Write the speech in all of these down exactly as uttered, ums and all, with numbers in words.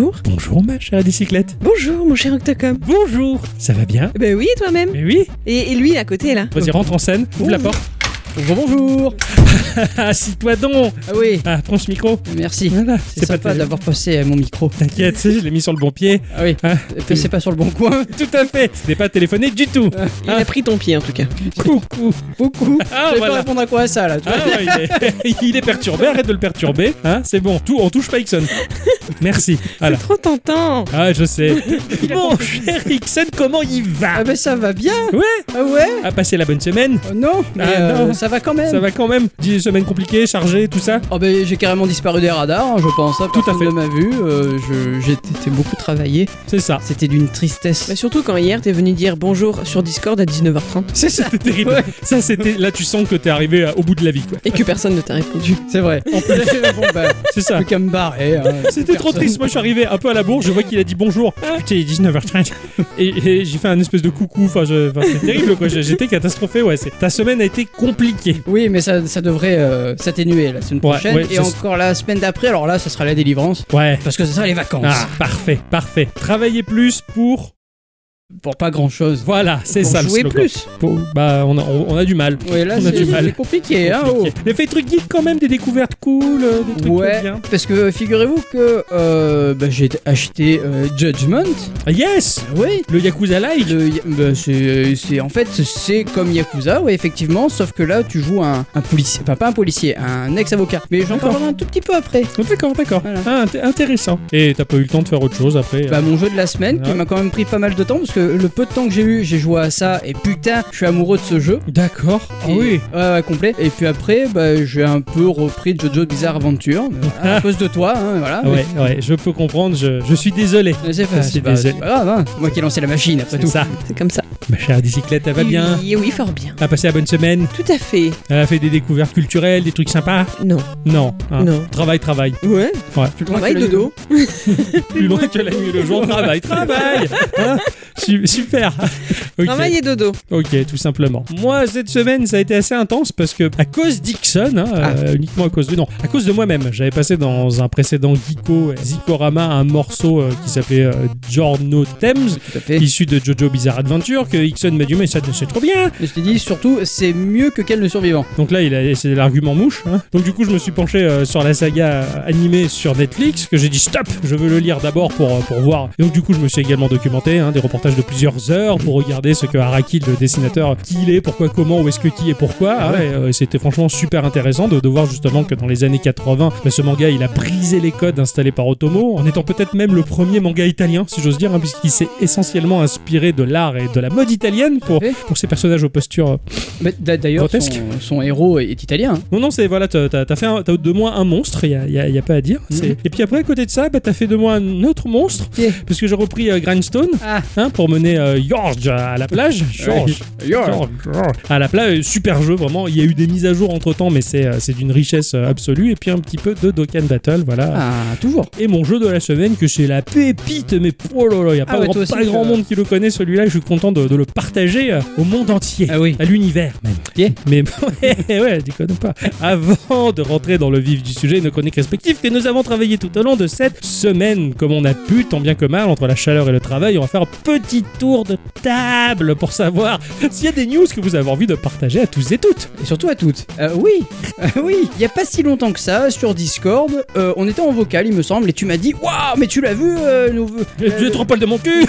bonjour. Bonjour ma chère bicyclette. Bonjour mon cher Octocom. Bonjour. Ça va bien? Ben oui, toi-même. Mais oui. Et, et lui à côté là. Vas-y, rentre en scène, ouvre la porte. Bonjour, bonjour. Assis-toi donc. Ah oui. Ah, prends ce micro. Merci. Voilà, C'est, c'est sympa pas d'avoir passé mon micro. T'inquiète, je l'ai mis sur le bon pied. Ah oui. Ah, C'est pas sur le bon coin. tout à fait. Ce n'est pas téléphoné du tout. Il a pris ton pied en tout cas. Coucou. Beaucoup. Ah, Je vais voilà. pas répondre à quoi à ça là. Tu vois. Ah ouais, il, est... il est perturbé, arrête de le perturber. Hein, c'est bon, tout, on touche pas Ixon. Merci. Voilà. C'est trop tentant. Ah, je sais. Mon cher Ixon, comment il va? Ah ben ça va bien. Ouais. Ah ouais. A passé la bonne semaine? Oh, non. Mais Ah, euh, non. ça va quand même. Ça va quand même? dix semaines compliquées, chargées, tout ça? Oh ben j'ai carrément disparu des radars, hein, je pense. Hein, Tout à personne fait. ne m'a vu. Euh, je, j'ai été beaucoup travaillé. C'est ça. C'était d'une tristesse. Bah, surtout quand hier t'es venu dire bonjour sur Discord à dix-neuf heures trente C'est ça. C'était terrible. Ouais. Ça, c'était. Là, tu sens que t'es arrivé à- au bout de la vie, quoi. et que personne ne t'a répondu. C'est vrai. En plus, bon bah, C'est ça. plus qu'à me barrer. hein. C'était trop Personne. triste. Moi, je suis arrivé un peu à la bourre. Je vois qu'il a dit bonjour. Putain, il est dix-neuf heures trente. Et, et j'ai fait un espèce de coucou. Enfin, je... enfin, c'est terrible, quoi. J'ai- J'étais catastrophé. Ouais, c'est... Ta semaine a été compliquée. Oui, mais ça, ça devrait euh, s'atténuer la semaine Ouais, prochaine. ouais, et ça- encore la semaine d'après, alors là, ça sera la délivrance. Ouais. Parce que ça sera les vacances. Ah, parfait, parfait. Travailler plus pour. Pour pas grand chose. Voilà, c'est Pour ça le jouer slogan. plus. Pour- Bah, on a, on, on a du mal. Ouais, là, On a c'est, du mal. c'est compliqué, hein. oh. Compliqué. Mais fait des trucs geeks quand même, des découvertes cool, euh, des trucs Ouais, bien. parce que figurez-vous que euh, bah, j'ai acheté euh, Judgment. Ah, yes. Oui. Le Yakuza-like. Le, bah, c'est, c'est en fait c'est comme Yakuza, ouais, effectivement, sauf que là tu joues un, un policier, enfin pas un policier, un ex-avocat. Mais j'en D'accord. parlerai un tout petit peu après. Oh, d'accord, d'accord. Voilà. Ah, int- intéressant. Et t'as pas eu le temps de faire autre chose après? Bah mon jeu de la semaine qui Ouais. m'a quand même pris pas mal de temps parce que le peu de temps que j'ai eu, j'ai joué à ça et putain, je suis amoureux de ce jeu. D'accord. Ah Et- oui. Ouais, ouais, complet. Et puis après, bah, j'ai un peu repris Jojo Bizarre Adventure. mais voilà, à cause de toi, hein, voilà. Ah ouais, ouais, je peux comprendre, je, je suis désolé. Mais c'est Je pas, suis c'est pas, désolé. c'est pas grave, hein. Moi qui ai lancé la machine après C'est tout. ça. C'est comme ça. Ma chère bicyclette, elle va bien? Oui, oui, fort bien. Elle a passé la bonne semaine? Tout à fait. Elle a fait des découvertes culturelles, des trucs sympas? Non. Non. hein. Non. Travail, travail. Ouais. Ouais. Plus loin Travail que le dodo. Plus loin que la nuit et le jour, travail, travail. Hein. Su- Super. Ok. Travail et dodo. Ok, tout simplement. Moi, cette semaine, ça a été assez intense parce que, à cause d'Ixon, hein, Ah. euh, uniquement à cause de. Non, à cause de moi-même. J'avais passé dans un précédent Geeko, euh, Zikorama, un morceau euh, qui s'appelait euh, Giorno Thames, Tout à fait. issu de Jojo Bizarre Adventure, que Ixon m'a dit, mais ça, c'est trop bien. Et je t'ai dit surtout, c'est mieux que Ken le survivant. Donc là, il a, c'est l'argument mouche. hein. Donc du coup, je me suis penché euh, sur la saga euh, animée sur Netflix, que j'ai dit stop, je veux le lire d'abord pour, euh, pour voir. Et donc du coup, je me suis également documenté, hein, des reportages de plusieurs heures pour regarder ce que Araki, le dessinateur, qui il est, pourquoi, comment, où est-ce que qui et pourquoi. Ah ouais, euh, c'était franchement super intéressant de, de voir justement que dans les années quatre-vingts, bah, ce manga, il a brisé les codes installés par Otomo, en étant peut-être même le premier manga italien, si j'ose dire, hein, puisqu'il s'est essentiellement inspiré de l'art et de la mode italienne pour, fait. pour ses personnages aux postures. euh, Mais d'a- d'ailleurs, son, Grotesque. son héros est italien. hein. Non, non, c'est voilà, t'as t'as fait un- t'as de moi un monstre, il y a, y a- y a pas à dire. C'est- Mhm. Et puis après, à côté de ça, bah, t'as fait de moi un autre monstre, Ok. parce que j'ai repris euh, Grindstone Ah, hein, pour mener euh, George à la plage. George. George, George. À la plage, super jeu, vraiment. Il y a eu des mises à jour entre temps, mais c'est euh, c'est d'une richesse euh, absolue. Et puis un petit peu de Dokkan Battle, voilà. ah, toujours. Et mon jeu de la semaine, que c'est la pépite, mais oh là là, il n'y a Ah pas, ouais, grand, toi aussi, pas grand euh, monde qui le connaît celui-là. Je suis content de, de le partager euh, au monde entier. Ah oui. À l'univers même. Ok. Mais ouais, ouais, déconne pas. Avant de rentrer dans le vif du sujet, nos chroniques respectives que nous avons travaillé tout au long de cette semaine, comme on a pu, tant bien que mal, entre la chaleur et le travail, on va faire un petit tour de table pour savoir s'il y a des news que vous avez envie de partager à tous et toutes. Et surtout à toutes. Euh, oui, Euh, oui. Il y a pas si longtemps que ça, sur Discord, euh, on était en vocal, il me semble, et tu m'as dit, waouh, mais tu l'as vu, euh, nouveau. Et tu es trop poil de mon cul.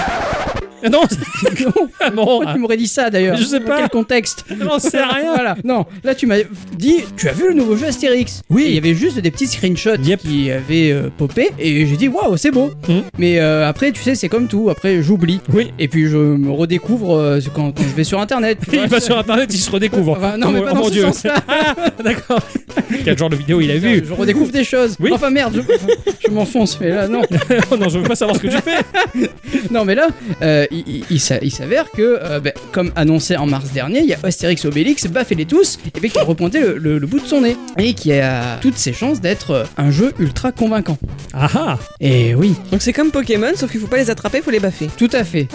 Ah non, Non. ah non, Pourquoi tu m'aurais dit ça d'ailleurs? Je sais Dans pas. quel contexte? j'en sais rien. Voilà. Non, là tu m'as dit, tu as vu le nouveau jeu Astérix? Oui. Et il y avait juste des petits screenshots Yep. qui avaient euh, popé, et j'ai dit, waouh, c'est beau. Mhm. Mais euh, après, tu sais, c'est comme tout. Après, j'oublie. Oui. Et puis je me redécouvre euh, quand, quand je vais sur internet. tu Il vois, va c'est- sur internet, il se redécouvre. Enfin, non, Oh, mais oh pas dans mon ce Dieu. sens-là. Ah, d'accord. Quel genre de vidéo il a vu? Je redécouvre des choses. Oui. Enfin merde, je, je m'enfonce. Mais là, non. Oh non, je veux pas savoir ce que tu fais. Non, mais là, euh, il, il, il s'a- il s'avère que, euh, bah, comme annoncé en mars dernier, il y a Astérix Obélix, baffez-les tous, et bien qui a repointé le, le- le bout de son nez. Et qui a toutes ses chances d'être euh, un jeu ultra convaincant. Ah ah. Et oui, Donc c'est comme Pokémon, sauf qu'il faut pas les attraper, il faut les baffer. tout à fait.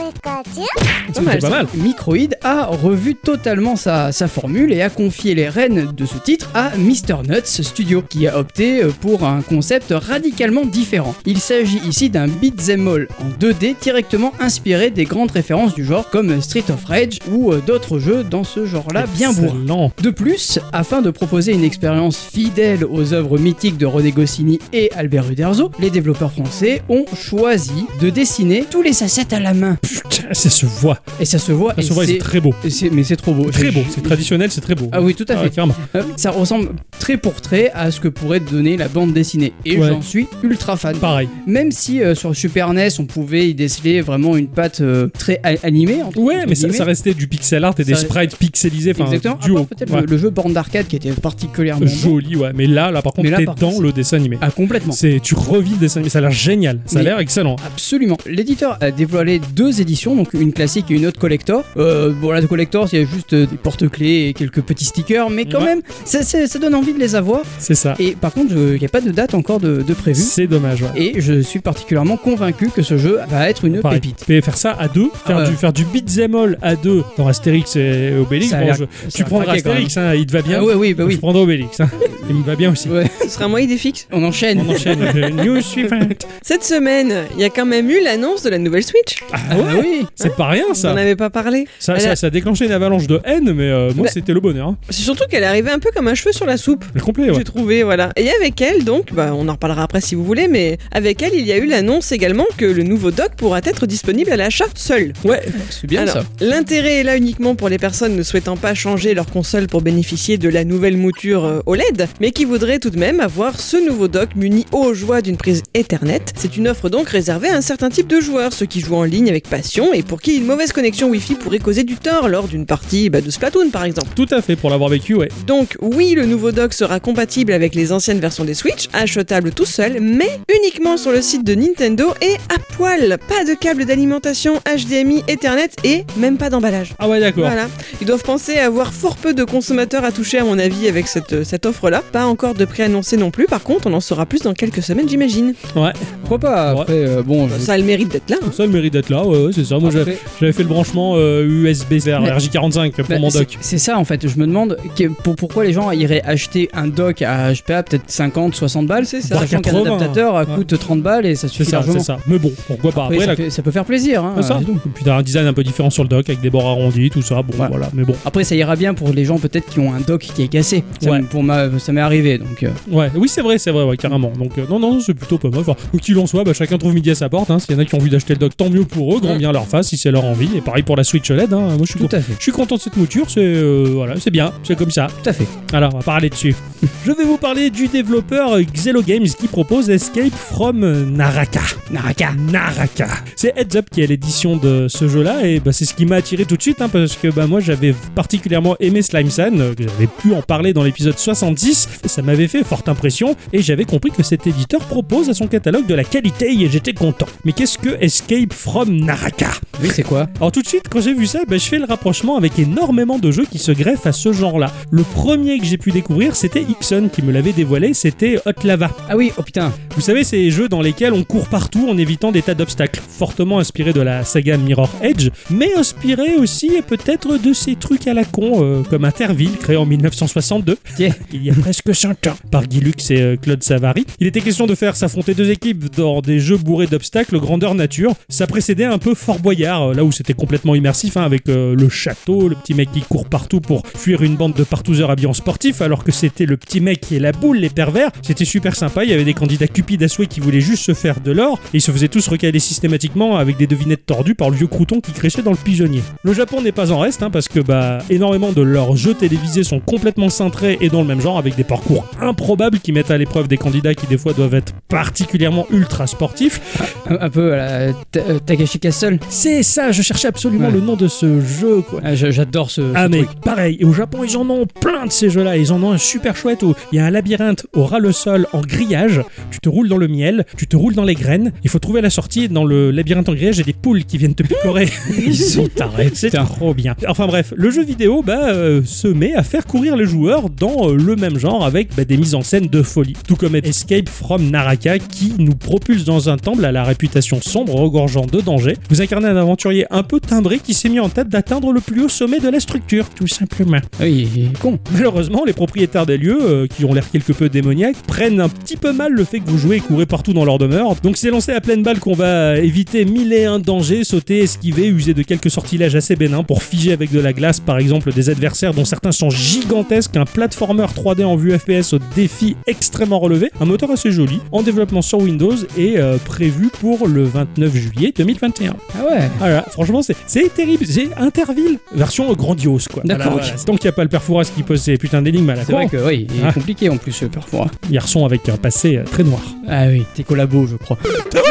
Ça me mal, fait pas ça. mal. Microïd a revu totalement sa, sa formule et a confié les rênes de ce titre à mister Nuts Studio, qui a opté pour un concept radicalement différent. Il s'agit ici d'un beat'em all en deux D directement inspiré des grandes références du genre comme Street of Rage ou euh, d'autres jeux dans ce genre-là bien bourrin. Excellent. De plus, afin de proposer une expérience fidèle aux œuvres mythiques de René Goscinny et Albert Uderzo, les développeurs français ont choisi de dessiner tous les assets à la main. Putain, ça se voit. Et ça se voit. Ça et se voit et c'est très beau. et c'est- Mais c'est trop beau. Très J'ai- beau. C'est traditionnel, c'est très beau. Ah oui, tout à Ah, fait. carrément. Euh, ça ressemble très pour trait à ce que pourrait donner la bande dessinée. Et Ouais. j'en suis ultra fan. Pareil. Même si euh, sur Super N E S, on pouvait y déceler vraiment une patte euh, très a- animée. entre- Ouais, entre mais ça, guillemets. ça restait du pixel art et des Ça- sprites pixelisés, enfin Exactement. À duo. part peut-être Ouais. le, le jeu borne d'arcade qui était particulièrement bon. Joli, ouais. Mais là, là, par contre, Mais là, t'es par dans contre, le dessin animé. Ah, complètement. C'est, tu revis le dessin animé, ça a l'air génial, ça a Mais- l'air excellent. Absolument. L'éditeur a dévoilé deux éditions, donc une classique et une autre collector. Euh, bon, la collector, il y a juste euh, des porte-clés et quelques petits stickers, mais quand Ouais. même, ça, ça- ça donne envie de les avoir. C'est ça. Et par contre, il n'y a pas de date encore de, de prévue. C'est dommage, ouais. Et je suis particulièrement convaincu que ce jeu va être une Pareil. pépite. Et faire ça à deux, faire, Ah ouais. du, faire du beat'em all à deux dans Astérix et Obélix, Ça a bon, l'air- je- ça tu a prendras craqué, quand Astérix, hein, il te va bien. Ah ouais, oui, bah Je oui. prendrai Obélix, hein. il me va bien aussi. Ouais. Ce sera moi idée fixe. On enchaîne. On enchaîne. Euh, News suivante. Cette semaine, il y a quand même eu l'annonce de la nouvelle Switch. Ah Ah ouais, oui. c'est pas rien Vous ça. n'en avez pas parlé. Ça, Elle ça, a- ça a déclenché une avalanche de haine, mais euh, moi Bah- c'était le bonheur. Hein. C'est surtout qu'elle est arrivée un peu comme un cheveu sur la soupe. Le complet, ouais. J'ai trouvé, voilà. Et avec elle, donc, bah, on en reparlera après si vous voulez, mais avec elle, il y a eu l'annonce également que le nouveau dock pourra être disponible à l'achat seul. Ouais, C'est bien Alors, ça. l'intérêt est là uniquement pour les personnes ne souhaitant pas changer leur console pour bénéficier de la nouvelle mouture euh, O L E D, mais qui voudraient tout de même avoir ce nouveau dock muni aux joies d'une prise Ethernet. C'est une offre donc réservée à un certain type de joueurs, ceux qui jouent en ligne avec passion et pour qui une mauvaise connexion Wi-Fi pourrait causer du tort lors d'une partie bah, de Splatoon par exemple. tout à fait pour l'avoir vécu, ouais. Donc oui, le nouveau dock sera compatible avec les anciennes versions des Switch, achetable tout seul, mais uniquement sur le site de Nintendo et à poil. Pas de câble d'alimentation H D M I, Ethernet et même pas d'emballage. Ah ouais, d'accord. Voilà, ils doivent penser avoir fort peu de consommateurs à toucher à mon avis avec cette, cette offre-là. Pas encore de prix annoncé non plus, par contre on en saura plus dans quelques semaines j'imagine. Ouais, Pourquoi pas. Ouais. Après, euh, bon. je- Ça a le mérite d'être là. hein. ça a le mérite d'être là, ouais, ouais, c'est ça. Moi j'ai- Après- j'avais fait le branchement euh, U S B vers Mais- R J quarante-cinq pour Bah, mon c'est- dock. C'est ça en fait, je me demande que- pour, pourquoi les gens iraient acheter un dock à, je sais pas, peut-être cinquante, soixante balles, C'est ça. sachant qu'un quatre-vingts, adaptateur euh, ouais. coûte trente balles et ça C'est suffit ça, largement. c'est ça. Mais bon, pourquoi pas. Après, Après, ça, la- fait- ça peut faire plaisir. Hein, c'est ça. c'est tout. Et puis t'as un design un peu différent sur le dock avec des bords arrondis, tout ça. Bon, Ouais. voilà. Mais bon. Après, ça ira bien pour les gens peut-être qui ont un dock qui est cassé. Ça, Ouais. m- pour ma, ça m'est arrivé donc. euh, Ouais, oui, c'est vrai, c'est vrai, ouais, carrément. Donc, euh, non, non, c'est plutôt pas mal. Enfin, quoi qu'il en soit, bah, chacun trouve midi à sa porte. Hein. S'il y en a qui ont envie d'acheter le dock, tant mieux pour eux, grand Ouais. bien leur face, si c'est leur envie. Et pareil pour la Switch O L E D. Hein. Moi, je suis, Tout con- à fait. je suis content de cette mouture. C'est euh, voilà, c'est bien, c'est comme ça. Tout à fait. Alors, on va parler dessus. Je vais vous parler du développeur Xelo Games qui propose Escape from Naraka. Naraka. Naraka. C'est Heads Up qui est l'édition de ce jeu-là et bah, c'est ce qui m'a attiré tout de suite hein, parce que bah, moi j'avais particulièrement aimé Slime San, euh, que j'avais pu en parler dans l'épisode soixante-dix. Ça m'avait fait forte impression et j'avais compris que cet éditeur propose à son catalogue de la qualité et j'étais content. Mais qu'est-ce que Escape from Naraka ? Oui, c'est quoi? Alors tout de suite, quand j'ai vu ça, bah, je fais le rapprochement avec énormément de jeux qui se greffent à ce genre-là. Le premier que j'ai pu découvrir, c'était Ixon qui me l'avait dévoilé, c'était Hot Lava. Ah oui, oh putain. Vous savez, ces jeux dans lesquels on court partout en évitant des tas d'obstacles, fortement inspiré de la saga Mirror Edge, mais inspiré aussi et peut-être de ces trucs à la con, euh, comme Interville, créé en dix-neuf cent soixante-deux, Tiens. il y a presque cinq ans, par Guy Lux et euh, Claude Savary. Il était question de faire s'affronter deux équipes dans des jeux bourrés d'obstacles grandeur nature. Ça précédait un peu Fort Boyard, euh, là où c'était complètement immersif, hein, avec euh, le château, le petit mec qui court partout pour fuir une bande de partouzeurs habillés en sportif, alors que c'était le petit mec qui est la boule, les pervers. C'était super sympa, il y avait des candidats cupides à souhait qui voulaient juste se faire de l'or, et ils se faisaient tous recaler systématiquement avec des devinettes tordues par le vieux crouton qui crêchait dans le pigeonnier. Le Japon n'est pas en reste, hein, parce que bah, énormément de leurs jeux télévisés sont complètement cintrés et dans le même genre, avec des parcours improbables qui mettent à l'épreuve des candidats qui des fois doivent être particulièrement ultra sportifs. Un, un peu à la Ta- euh, Takashi Castle. C'est ça, je cherchais absolument Ouais. le nom de ce jeu, quoi. Ah, j'a- J'adore ce, ce Ah mais truc. pareil, et au Japon ils en ont plein de ces jeux-là, ils en ont un super chouette où il y a un labyrinthe au ras le sol en grillage, tu te roules dans le miel, tu te roules dans les graines, il faut trouver la sortie, dans le labyrinthe en grillage il y a des poules gueule qui viennent te picorer. Ils sont tarés, c'est Putain. trop bien. Enfin bref, le jeu vidéo bah, euh, se met à faire courir les joueurs dans euh, le même genre avec bah, des mises en scène de folie. Tout comme Escape from Naraka qui nous propulse dans un temple à la réputation sombre, regorgeant de danger. Vous incarnez un aventurier un peu timbré qui s'est mis en tête d'atteindre le plus haut sommet de la structure, tout simplement. Oui, il est con. Malheureusement, les propriétaires des lieux, euh, qui ont l'air quelque peu démoniaques, prennent un petit peu mal le fait que vous jouez et courez partout dans leur demeure. Donc c'est lancé à pleine balle qu'on va éviter mille et un dangers, sauter, esquiver, user de quelques sortilèges assez bénins pour figer avec de la glace, par exemple, des adversaires dont certains sont gigantesques, un platformer trois D en vue F P S au défi extrêmement relevé, un moteur assez joli, en développement sur Windows et euh, prévu pour le vingt-neuf juillet deux mille vingt et un. Ah ouais. Voilà, franchement, c'est, c'est terrible. C'est Interville, version grandiose, quoi. D'accord, Voilà, ok. voilà. Tant qu'il n'y a pas le père Fouras qui pose ces putains d'énigmes à la C'est con, vrai que oui, il est Ah. compliqué en plus, le Perfora. garçon avec un passé euh, très noir. Ah oui, t'es collabo, je crois.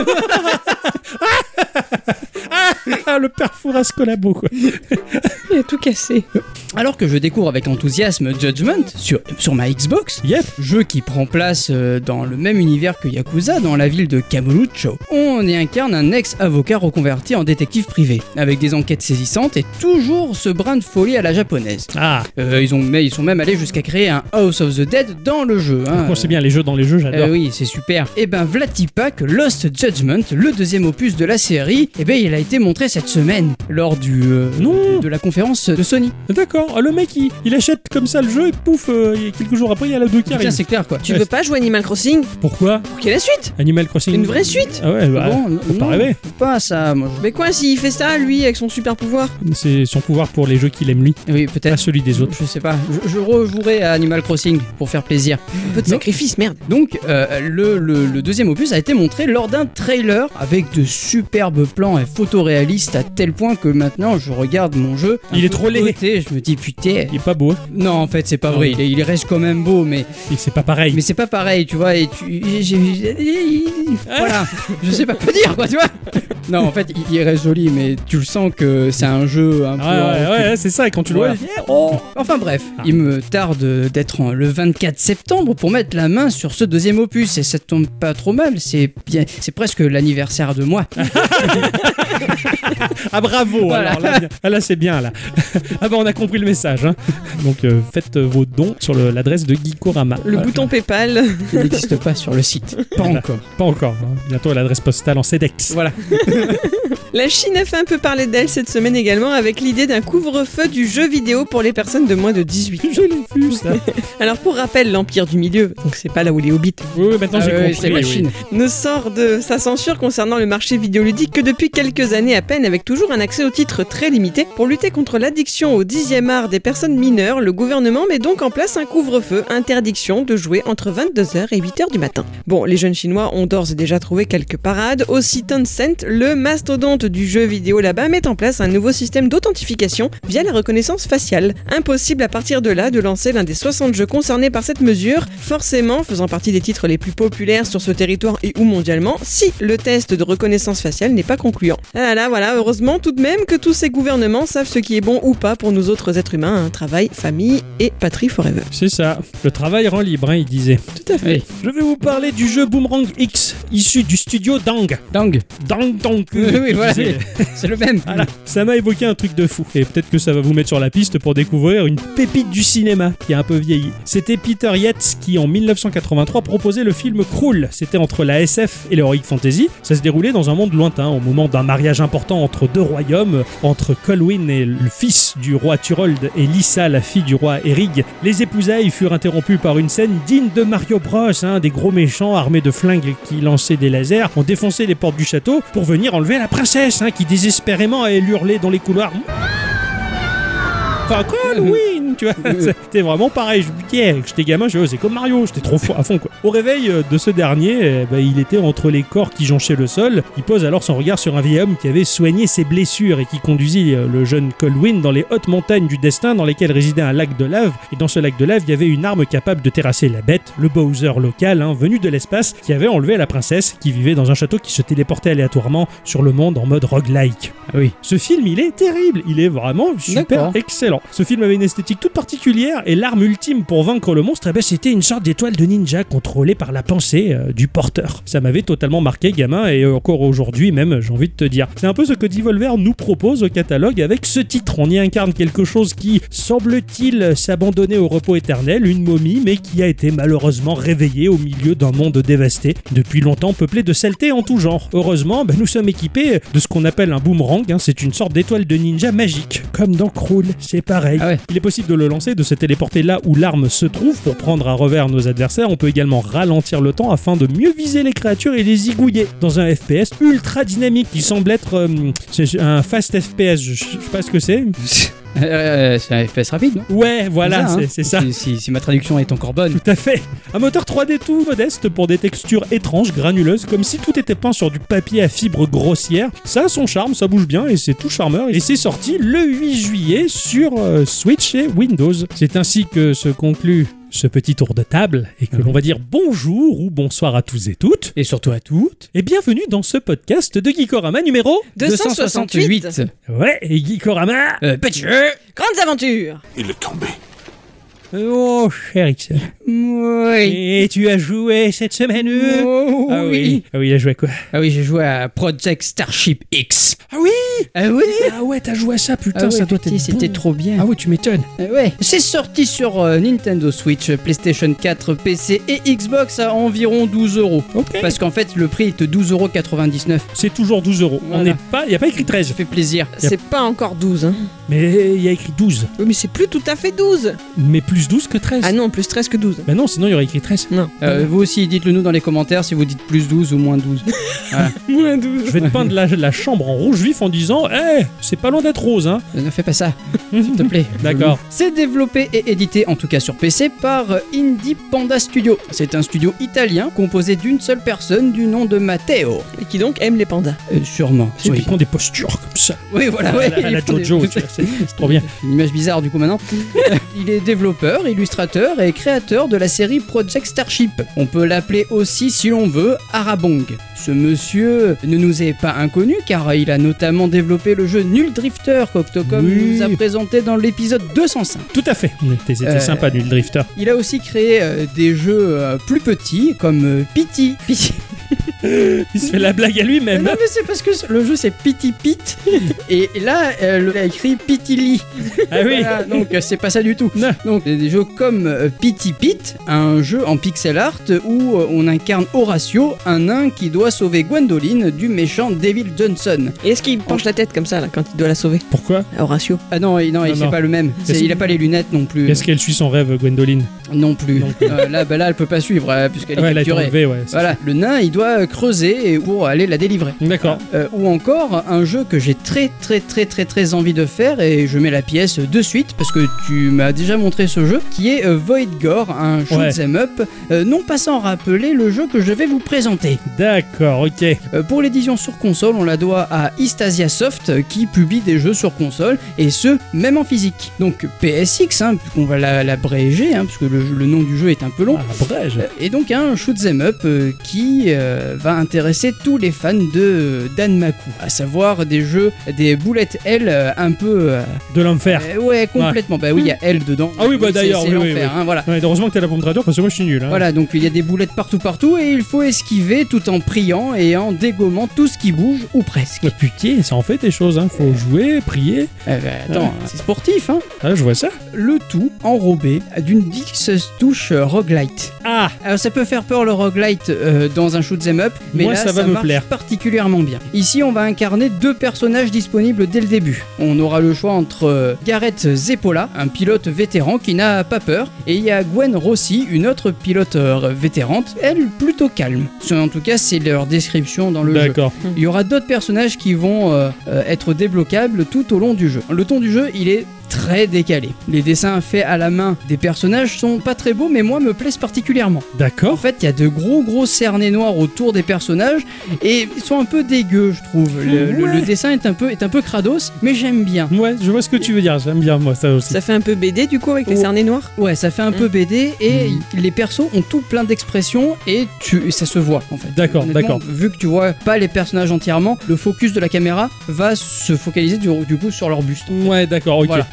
Ah, le père Fouras collabo, quoi. Il a tout cassé. Alors que je découvre avec enthousiasme Judgment sur, sur ma Xbox, Yep. jeu qui prend place euh, dans le même univers que Yakuza, dans la ville de Kamurocho. On y incarne un ex-avocat reconverti en détective privé, avec des enquêtes saisissantes et toujours ce brin de folie à la japonaise. Ah, Euh, ils, ont, mais ils sont même allés jusqu'à créer un House of the Dead dans le jeu. Hein. bon, c'est bien les jeux dans les jeux, j'adore. Euh, oui, c'est super. Et ben Vlatipa que Lost Judgment, le deuxième opus de la série, et ben il a été montré cette semaine lors du euh, Non. de, de la conférence de Sony. D'accord. Ah, le mec, il, il achète comme ça le jeu et pouf, euh, et quelques jours après, il y a la deux qui Putain, arrive. c'est clair quoi. Tu Ouais. veux pas jouer Animal Crossing Pourquoi pour qu'il y ait la suite? Animal Crossing. Une vraie suite? Ah ouais, bah, Bon, faut pas non, rêver. pas ça. Moi, je- Mais quoi, s'il fait ça, lui, avec son super pouvoir? C'est son pouvoir pour les jeux qu'il aime lui, Oui, pas peut-être. celui des autres. Je sais pas. Je, je rejouerai à Animal Crossing pour faire plaisir. Un peu de Non. sacrifice, merde. Donc, euh, le, le- le deuxième opus a été montré lors d'un trailer avec de superbes plans et photoréalistes à tel point que maintenant je regarde mon jeu. un Il peu est trop de laid. côté, je me dis putain. Il est pas beau, hein. Non, en fait, c'est pas vrai. Il, est- il reste quand même beau, mais, Et c'est pas pareil. mais c'est pas pareil, tu vois. Et tu, j'ai- j'ai- voilà, je sais pas quoi dire, quoi, tu vois. Non, en fait, il, il reste joli, mais tu le sens que c'est un jeu un peu. Ouais, ouais, en recul. ouais, c'est ça, et quand tu le vois, Voilà. il dit, oh. Enfin bref, Ah. il me tarde d'être en- le vingt-quatre septembre pour mettre la main sur ce deuxième opus et ça tombe pas trop mal, c'est bien, c'est presque l'anniversaire de moi. Ah bravo, Voilà. alors là, bien. Ah, là, c'est bien là. Ah bah on a compris le message, hein. Donc euh, faites euh, vos dons sur le- l'adresse de Geekorama. Le Ouais. bouton PayPal. Il n'existe pas sur le site, pas encore. Pas encore, hein. Bientôt l'adresse postale en CEDEX. Voilà. La Chine a fait un peu parler d'elle cette semaine également avec l'idée d'un couvre-feu du jeu vidéo pour les personnes de moins de dix-huit ans. Je l'ai vu ça. Alors pour rappel, l'Empire du Milieu, donc c'est pas là où les hobbits, Oui, oui, maintenant Ah j'ai ouais, compris. c'est la oui. Chine. ne sort de sa censure concernant le marché vidéoludique que depuis quelques années à peine, avec toujours un accès aux titres très limité. Pour lutter contre l'addiction au dixième art des personnes mineures, le gouvernement met donc en place un couvre-feu, interdiction de jouer entre vingt-deux heures et huit heures du matin. Bon, les jeunes chinois ont d'ores et déjà trouvé quelques parades. Aussi Tencent, le mastodonte du jeu vidéo là-bas, met en place un nouveau système d'authentification via la reconnaissance faciale. Impossible à partir de là de lancer l'un des soixante jeux concernés par cette mesure, forcément faisant partie des titres les plus populaires sur ce territoire et ou mondialement, si le test de reconnaissance faciale n'est pas concluant. Ah là, voilà, heureusement tout de même que tous ces gouvernements savent ce qui est bon ou pas pour nous autres êtres humains, hein, travail, famille et patrie forever. C'est ça. Le travail rend libre, hein, il disait. Tout à fait. Oui. Je vais vous parler du jeu Boomerang X, issu du studio Dang. Dingue. Dang Dang. Oui, oui, voilà. C'est- C'est le même. Voilà, ça m'a évoqué un truc de fou. Et peut-être que ça va vous mettre sur la piste pour découvrir une pépite du cinéma qui a un peu vieilli. C'était Peter Yates qui, en mille neuf cent quatre-vingt-trois, proposait le film Krull. C'était entre la S F et l'heroic fantasy. Ça se déroulait dans un monde lointain, au moment d'un mariage important entre deux royaumes, entre Colwyn et le fils du roi Turold et Lisa, la fille du roi Erig. Les épousailles furent interrompues par une scène digne de Mario Bros. Hein, des gros méchants armés de flingues qui lançaient des lasers ont défoncé les portes du château pour venir enlever la princesse, hein, qui désespérément allait hurler dans les couloirs. Enfin, Colwyn, tu vois, c'était vraiment pareil. Je me disais, j'étais gamin, je, oh, c'est comme Mario, j'étais trop fou- à fond, quoi. Au réveil euh, de ce dernier, eh ben, il était entre les corps qui jonchaient le sol. Il pose alors son regard sur un vieil homme qui avait soigné ses blessures et qui conduisit euh, le jeune Colwyn dans les hautes montagnes du destin dans lesquelles résidait un lac de lave. Et dans ce lac de lave, il y avait une arme capable de terrasser la bête, le Bowser local, hein, venu de l'espace, qui avait enlevé la princesse, qui vivait dans un château qui se téléportait aléatoirement sur le monde en mode roguelike. Ah oui. Ce film, il est terrible, il est vraiment super D'accord. excellent. Ce film avait une esthétique toute toute particulière et l'arme ultime pour vaincre le monstre, eh ben, c'était une sorte d'étoile de ninja contrôlée par la pensée euh, du porteur. Ça m'avait totalement marqué gamin et encore aujourd'hui même, j'ai envie de te dire. C'est un peu ce que Devolver nous propose au catalogue avec ce titre. On y incarne quelque chose qui, semble-t-il, s'abandonner au repos éternel, une momie, mais qui a été malheureusement réveillée au milieu d'un monde dévasté, depuis longtemps peuplé de saleté en tout genre. Heureusement, ben, nous sommes équipés de ce qu'on appelle un boomerang, hein, c'est une sorte d'étoile de ninja magique, comme dans Crawl, c'est pareil. Ah ouais. Il est possible de le lancer, de se téléporter là où l'arme se trouve pour prendre à revers nos adversaires. On peut également ralentir le temps afin de mieux viser les créatures et les zigouiller dans un F P S ultra dynamique qui semble être euh, c'est un fast F P S, je, je sais pas ce que c'est. Euh, c'est un F P S rapide, non? Ouais, voilà, C'est ça, hein. c'est, c'est ça. Si, si- si ma traduction est encore bonne. Tout à fait. Un moteur trois D tout modeste pour des textures étranges, granuleuses, comme si tout était peint sur du papier à fibres grossières. Ça a son charme, ça bouge bien et c'est tout charmeur. Et c'est sorti le huit juillet sur euh, Switch et Windows. C'est ainsi que se conclut ce petit tour de table et que l'on va dire bonjour ou bonsoir à tous et toutes. Et surtout à toutes. Et bienvenue dans ce podcast de Geekorama numéro... deux cent soixante-huit. Ouais, et Geekorama... Euh, petit jeu. Grandes aventures. Il est tombé. Oh, cher Ixon. Oui. Et tu as joué cette semaine euh Oh, Ah oui. Ah oui, il a joué à quoi? Ah oui, j'ai joué à Project Starship X. Ah oui. Ah oui. Ah ouais, t'as joué à ça, putain, Ah ouais, ça doit petit, être c'était bon. trop bien. Ah oui, tu m'étonnes. Euh, ouais. C'est sorti sur euh, Nintendo Switch, PlayStation quatre, P C et Xbox à environ douze euros. Ok. Parce qu'en fait, le prix est de douze euros quatre-vingt-dix-neuf. C'est toujours douze euros. Voilà. On n'est pas, il y a pas écrit treize, Ça fait plaisir. C'est pas encore douze, hein. mais il y a écrit douze. Oui, mais c'est plus tout à fait douze. Mais plus douze que treize. Ah non, plus treize que douze. Bah non, sinon il y aurait écrit treize. Non. Euh, vous aussi, dites-le nous dans les commentaires si vous dites plus douze ou moins douze. Voilà. Moins douze. Je vais te peindre la, la chambre en rouge vif en disant Eh, c'est pas loin d'être rose, hein. Ne fais pas ça, s'il te plaît. D'accord. C'est développé et édité, en tout cas sur P C, par Indie Panda Studio. C'est un studio italien composé d'une seule personne du nom de Matteo. Et qui donc aime les pandas. Euh, sûrement. Et Oui. puis prend des postures comme ça. Oui, voilà. À ouais, la- à il la prend des- Jojo, tu vois, c'est c'est trop bien. Une image bizarre du coup maintenant. Il est développeur, illustrateur et créateur de la série Project Starship. On peut l'appeler aussi, si l'on veut, Arabong. Ce monsieur ne nous est pas inconnu car il a notamment développé le jeu Null Drifter qu'Octocom Oui. nous a présenté dans l'épisode deux cent cinq. Tout à fait. C'était c'était Euh, sympa, Null Drifter. Il a aussi créé euh, des jeux euh, plus petits comme euh, Pity. Pity. Il se fait la blague à Mais lui-même. non mais c'est parce que le jeu c'est Pity Pit et là euh, il a écrit Pitili. Ah oui. Voilà, donc euh, c'est pas ça du tout. Non. Donc il y a des jeux comme euh, Pity Pit, un jeu en pixel art où euh, on incarne Horatio, un nain qui doit sauver Gwendoline du méchant Devil Johnson. Et est-ce qu'il penche la tête comme ça, là, quand il doit la sauver? Pourquoi? Horatio. Ah non, il- non, Non, il c'est non. pas le même. C'est- Qu'est-ce- il a pas les lunettes non plus. Est-ce qu'elle suit son rêve, Gwendoline? Non plus. Non plus. Euh, là, bah, là, elle peut pas suivre euh, puisqu'elle est Ouais, elle a été capturée. enlevée, ouais. c'est Voilà, le nain il doit creuser pour aller la délivrer. sûr. D'accord. Euh, ou encore un jeu que j'ai très très très très très envie de faire et je mets la pièce de suite parce que tu m'as déjà montré ce jeu qui est euh, Void Gore, un shoot Ouais. 'em up, euh, non pas sans rappeler le jeu que je vais vous présenter. D'accord, ok. Euh, pour l'édition sur console, on la doit à Eastasia Soft euh, qui publie des jeux sur console et ce même en physique. Donc P S X, hein, puisqu'on va la- l'abréger, hein, parce que le, le nom du jeu est un peu long. Ah, brège. Euh, Et donc un shoot 'em up euh, qui euh, va intéresser tous les fans de euh, Danmaku, à savoir des jeux, des boulettes L euh, un peu... euh, De l'enfer. euh, ouais, complètement. Bah oui, il y a L dedans. Ah oui, bah c'est- d'ailleurs, c'est oui, oui, l'enfer, oui. hein, voilà. Ouais, heureusement que t'es là pour me traduire parce que moi je suis nul. Hein. Voilà, donc il y a des boulettes partout partout et il faut esquiver tout en priant et en dégommant tout ce qui bouge ou presque. Ouais, putain, ça en fait des choses, hein. Faut jouer, prier. Eh ben, attends, Ouais. c'est sportif, hein. Ah, je vois ça. Le tout enrobé d'une dix touche euh, roguelite. Ah, Alors ça peut faire peur le roguelite euh, dans un shoot 'em up, mais Moi, là ça va me marche plaire. particulièrement bien. Ici on va incarner deux personnages disponibles dès le début. On aura le choix entre euh, Gareth Zeppola, un pilote vétéran qui n'a pas peur, et il y a Gwen Rossi, une autre pilote euh, vétérante, elle plutôt calme. En tout cas c'est leur description dans le jeu. d'accord. Il y aura d'autres personnages qui vont euh, euh, être débloquables tout au long du jeu. Le ton du jeu, il est très décalé. Les dessins faits à la main des personnages sont pas très beaux, mais moi me plaisent particulièrement. En D'accord. fait, il y a de gros gros cernets noirs autour des personnages et ils sont un peu dégueux, je trouve. Le, le- Ouais. le dessin est un peu est un peu crados, mais j'aime bien. Ouais, je vois ce que tu veux dire. J'aime bien, moi, ça aussi. Ça fait un peu B D du coup avec les Oh. cernets noirs. Ouais, ça fait un peu B D et les persos ont tout plein d'expressions et tu ça se voit en fait. D'accord, Honnêtement, d'accord. Vu que tu vois pas les personnages entièrement, le focus de la caméra va se focaliser du, du coup sur leur buste. Ouais, d'accord, ok. Voilà, tout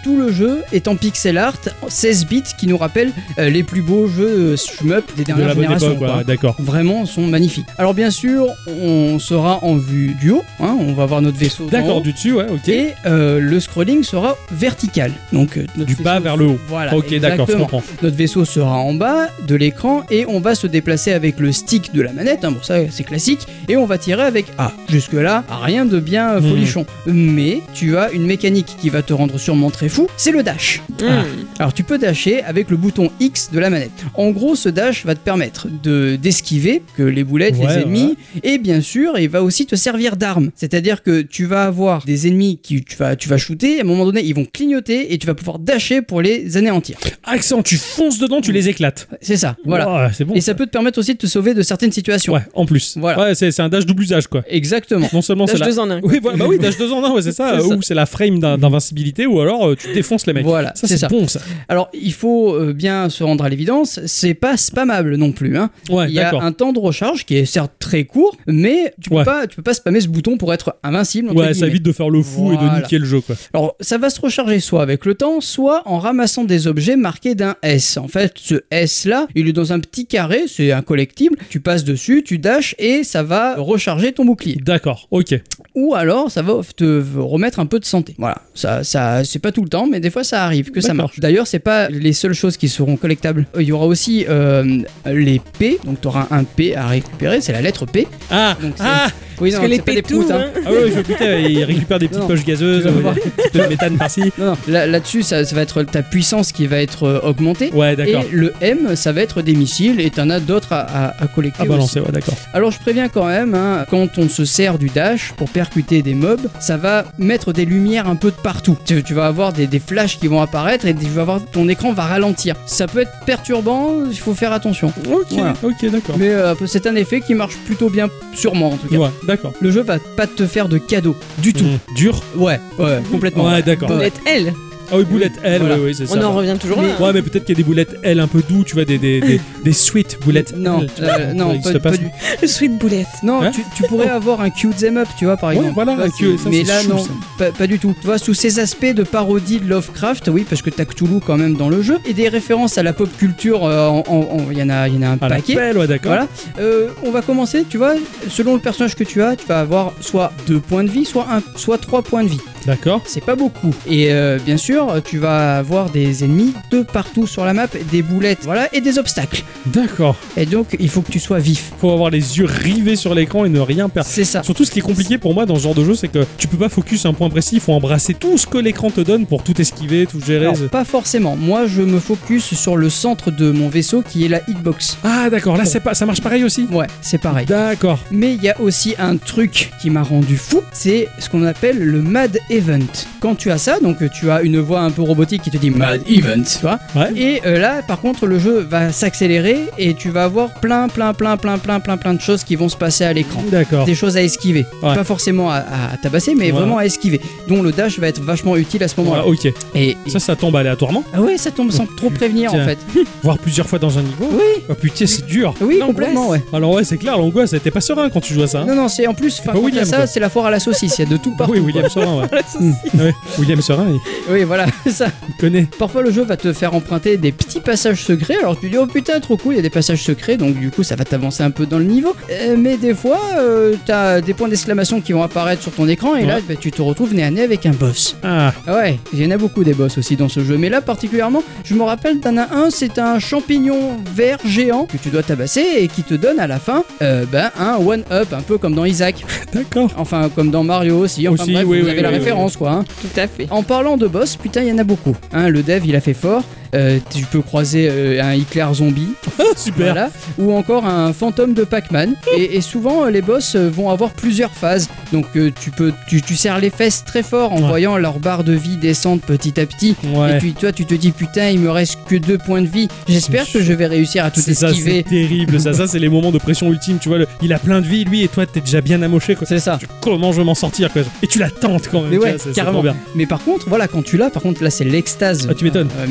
tout le jeu est en pixel art seize bits qui nous rappelle euh, les plus beaux jeux euh, shmup des De dernières la bonne générations. époque, quoi. ouais, d'accord. Vraiment, sont magnifiques. Alors bien sûr, on sera en vue du haut, hein, on va voir notre vaisseau d'en D'accord, haut, du dessus, ouais, ok. et euh, le scrolling sera vertical. Donc euh, notre Du vaisseau- bas vers le haut. Voilà, Ok, d'accord, je exactement. comprends. Notre vaisseau sera en bas de l'écran et on va se déplacer avec le stick de la manette, hein, bon ça c'est classique, et on va tirer avec A. Jusque là, rien de bien euh, Hmm. folichon. Mais tu as une mécanique qui va te rendre sûrement très fou, c'est le dash. Ah. Alors tu peux dasher avec le bouton X de la manette. En gros, ce dash va te permettre de d'esquiver que les boulettes, Ouais, les ennemis, et bien sûr, il va aussi te servir d'arme. C'est-à-dire que tu vas avoir des ennemis qui tu vas tu vas shooter, à un moment donné, ils vont clignoter et tu vas pouvoir dasher pour les anéantir. Accent, tu fonces dedans, tu les éclates. C'est ça. Voilà. Ouais, c'est bon. Et ça peut te permettre aussi de te sauver de certaines situations. Ouais, en plus. Voilà. Ouais, c'est c'est un dash double usage, quoi. Exactement. Non seulement c'est Dash la... deux en un. Oui, voilà, bah oui, dash deux en un, ouais, c'est ça. C'est ça. Ou c'est la frame d'in- d'invincibilité, ou alors euh, tu défonces les mecs. Voilà, ça c'est c'est ça. bon, ça. Alors, il faut euh, bien se rendre à l'évidence, c'est pas spammable non plus. Hein. Ouais, Il y a d'accord. un temps de recharge qui est certes très court, mais tu peux, Ouais. pas, tu peux pas spammer ce bouton pour être invincible. entre Ouais, ça guillemets. évite de faire le fou et Voilà. de niquer le jeu, quoi. Alors, ça va se recharger soit avec le temps, soit en ramassant des objets marqués d'un S. En fait, ce S-là, il est dans un petit carré, c'est un collectible. Tu passes dessus, tu dashes et ça va recharger ton bouclier. D'accord, ok. Ou alors, ça va te remettre un peu de santé. Voilà, ça, ça, c'est pas tout le temps, mais des fois, ça arrive que ça D'accord. marche. D'ailleurs, c'est pas les seules choses qui seront collectables. Il y aura aussi euh, les P, donc tu auras un P à récupérer, c'est la lettre P. Ah, Donc, c'est- ah, Oui, Parce non, que les c'est pas des pétous, proutes, hein. hein. ah ouais, je putain, il récupère des petites Non, poches gazeuses, tu vas euh, voir. des petits peu de méthane par-ci. Non, non, là- là-dessus, ça, ça va être ta puissance qui va être euh, augmentée. Ouais, Et d'accord. le M, ça va être des missiles, et t'en as d'autres à, à- à collecter Ah, aussi. balancer, ouais, d'accord. Alors je préviens quand même, hein, quand on se sert du dash pour percuter des mobs, ça va mettre des lumières un peu de partout. Tu, tu vas avoir des, des flashs qui vont apparaître et tu vas avoir, ton écran va ralentir. Ça peut être perturbant, il faut faire attention. Ok, Voilà. ok, d'accord. Mais euh, c'est un effet qui marche plutôt bien, sûrement en tout cas. Ouais, d'accord. Le jeu va pas te faire de cadeau du tout. Mmh. Dur. Ouais, ouais, complètement. Ouais, d'accord. Ouais. Boulette L. Ah oui, boulette L, Voilà. ouais, ouais, c'est ça. On en revient toujours là. Ouais, mais peut-être qu'il y a des boulettes L un peu doux, tu vois, des, des, des, des sweet boulettes Non, L, tu vois, euh, non, ça pas, existe pas ça. du Le sweet boulette. Non, Hein tu, tu pourrais avoir un cute them up, tu vois, par Ouais, exemple. voilà, Tu vois, un cute- c'est- ça, mais c'est là, chou, non, ça. pas, pas du tout. Tu vois, sous ces aspects de parodie de Lovecraft, oui, parce que t'as Cthulhu quand même dans le jeu, et des références à la pop culture, euh, en- en- en- il y en a, il y en a un Ah, la paquet. pelle, ouais, d'accord. Voilà. Euh, on va commencer, tu vois, selon le personnage que tu as, tu vas avoir soit deux points de vie, soit un, soit trois points de vie. D'accord. C'est pas beaucoup. Et euh, bien sûr, tu vas avoir des ennemis de partout sur la map, des boulettes, voilà, et des obstacles. D'accord. Et donc, il faut que tu sois vif. Faut avoir les yeux rivés sur l'écran et ne rien perdre. C'est ça. Surtout, ce qui est compliqué pour moi dans ce genre de jeu, c'est que tu peux pas focus un point précis, il faut embrasser tout ce que l'écran te donne pour tout esquiver, tout gérer. Alors, pas forcément. Moi, je me focus sur le centre de mon vaisseau qui est la hitbox. Ah, d'accord, là, c'est pas... ça marche pareil aussi. Ouais, c'est pareil. D'accord. Mais il y a aussi un truc qui m'a rendu fou, c'est ce qu'on appelle le Mad Event. Quand tu as ça, donc tu as une voix un peu robotique qui te dit Mad Event, tu vois. Ouais. Et euh, là, par contre, le jeu va s'accélérer et tu vas avoir plein, plein, plein, plein, plein, plein, plein de choses qui vont se passer à l'écran. D'accord. Des choses à esquiver. Ouais. Pas forcément à, à tabasser, mais Ouais. vraiment à esquiver. Dont le dash va être vachement utile à ce moment-là. Ouais, ok. Et, et- Ça, ça tombe aléatoirement, Ah ouais, ça tombe sans trop prévenir Tiens. en fait. voire plusieurs fois dans un niveau. Oui, Oh putain, c'est dur. oui, L'angoisse. complètement, ouais. Alors ouais, c'est clair, l'angoisse, t'es pas serein quand tu joues à ça. Hein. Non, non, c'est en plus, enfin, pas quand William, t'as ça, quoi. c'est la foire à la saucisse, il y a de tout Ah partout. oui, William Serein, ouais. ouais. William Serein, il, Oui, voilà, ça. il connaît. Parfois, le jeu va te faire emprunter des petits passages secrets. Alors, tu te dis, oh putain, trop cool, il y a des passages secrets, donc du coup, ça va t'avancer un peu dans le niveau. Euh, mais des fois, euh, t'as des points d'exclamation qui vont apparaître sur ton écran, et là, Ouais. bah, tu te retrouves nez à nez avec un boss. Ah, Ah ouais, il y en a beaucoup des boss aussi dans ce jeu, mais là, particulièrement, je me rappelle, t'en as un, c'est un champignon vert géant que tu dois tabasser et qui te donne à la fin euh, ben, un one-up, un peu comme dans Isaac. d'accord. Enfin, comme dans Mario aussi. Enfin Aussi, bref, oui, vous oui, avez la oui, référence, quoi. Hein. Tout à fait. En parlant de boss, putain, il y en a beaucoup. Hein, le dev, il a fait fort. Euh, tu peux croiser euh, un Hitler zombie, Super. voilà, ou encore un fantôme de Pac-Man. Et, et souvent, euh, les boss euh, vont avoir plusieurs phases. Donc, euh, tu peux, tu, tu serres les fesses très fort en Ouais. voyant leur barre de vie descendre petit à petit. Ouais. Et puis, toi, tu te dis, putain, il me reste que deux points de vie. J'espère C'est que je vais réussir à tout C'est ça, esquiver. c'est terrible. ça, ça c'est les moments de pression ultime. Tu vois, le- il a plein de vie, lui, et toi, t'es déjà bien amoché. Quoi. C'est ça. Comment je vais m'en sortir quoi. Et tu l'attends quand même. Mais tu ouais, vois, c'est- c'est carrément. trop bien. Mais par contre, voilà, quand tu l'as, par contre, là, c'est l'extase. Ah, tu m'étonnes. Euh, mais c'est trop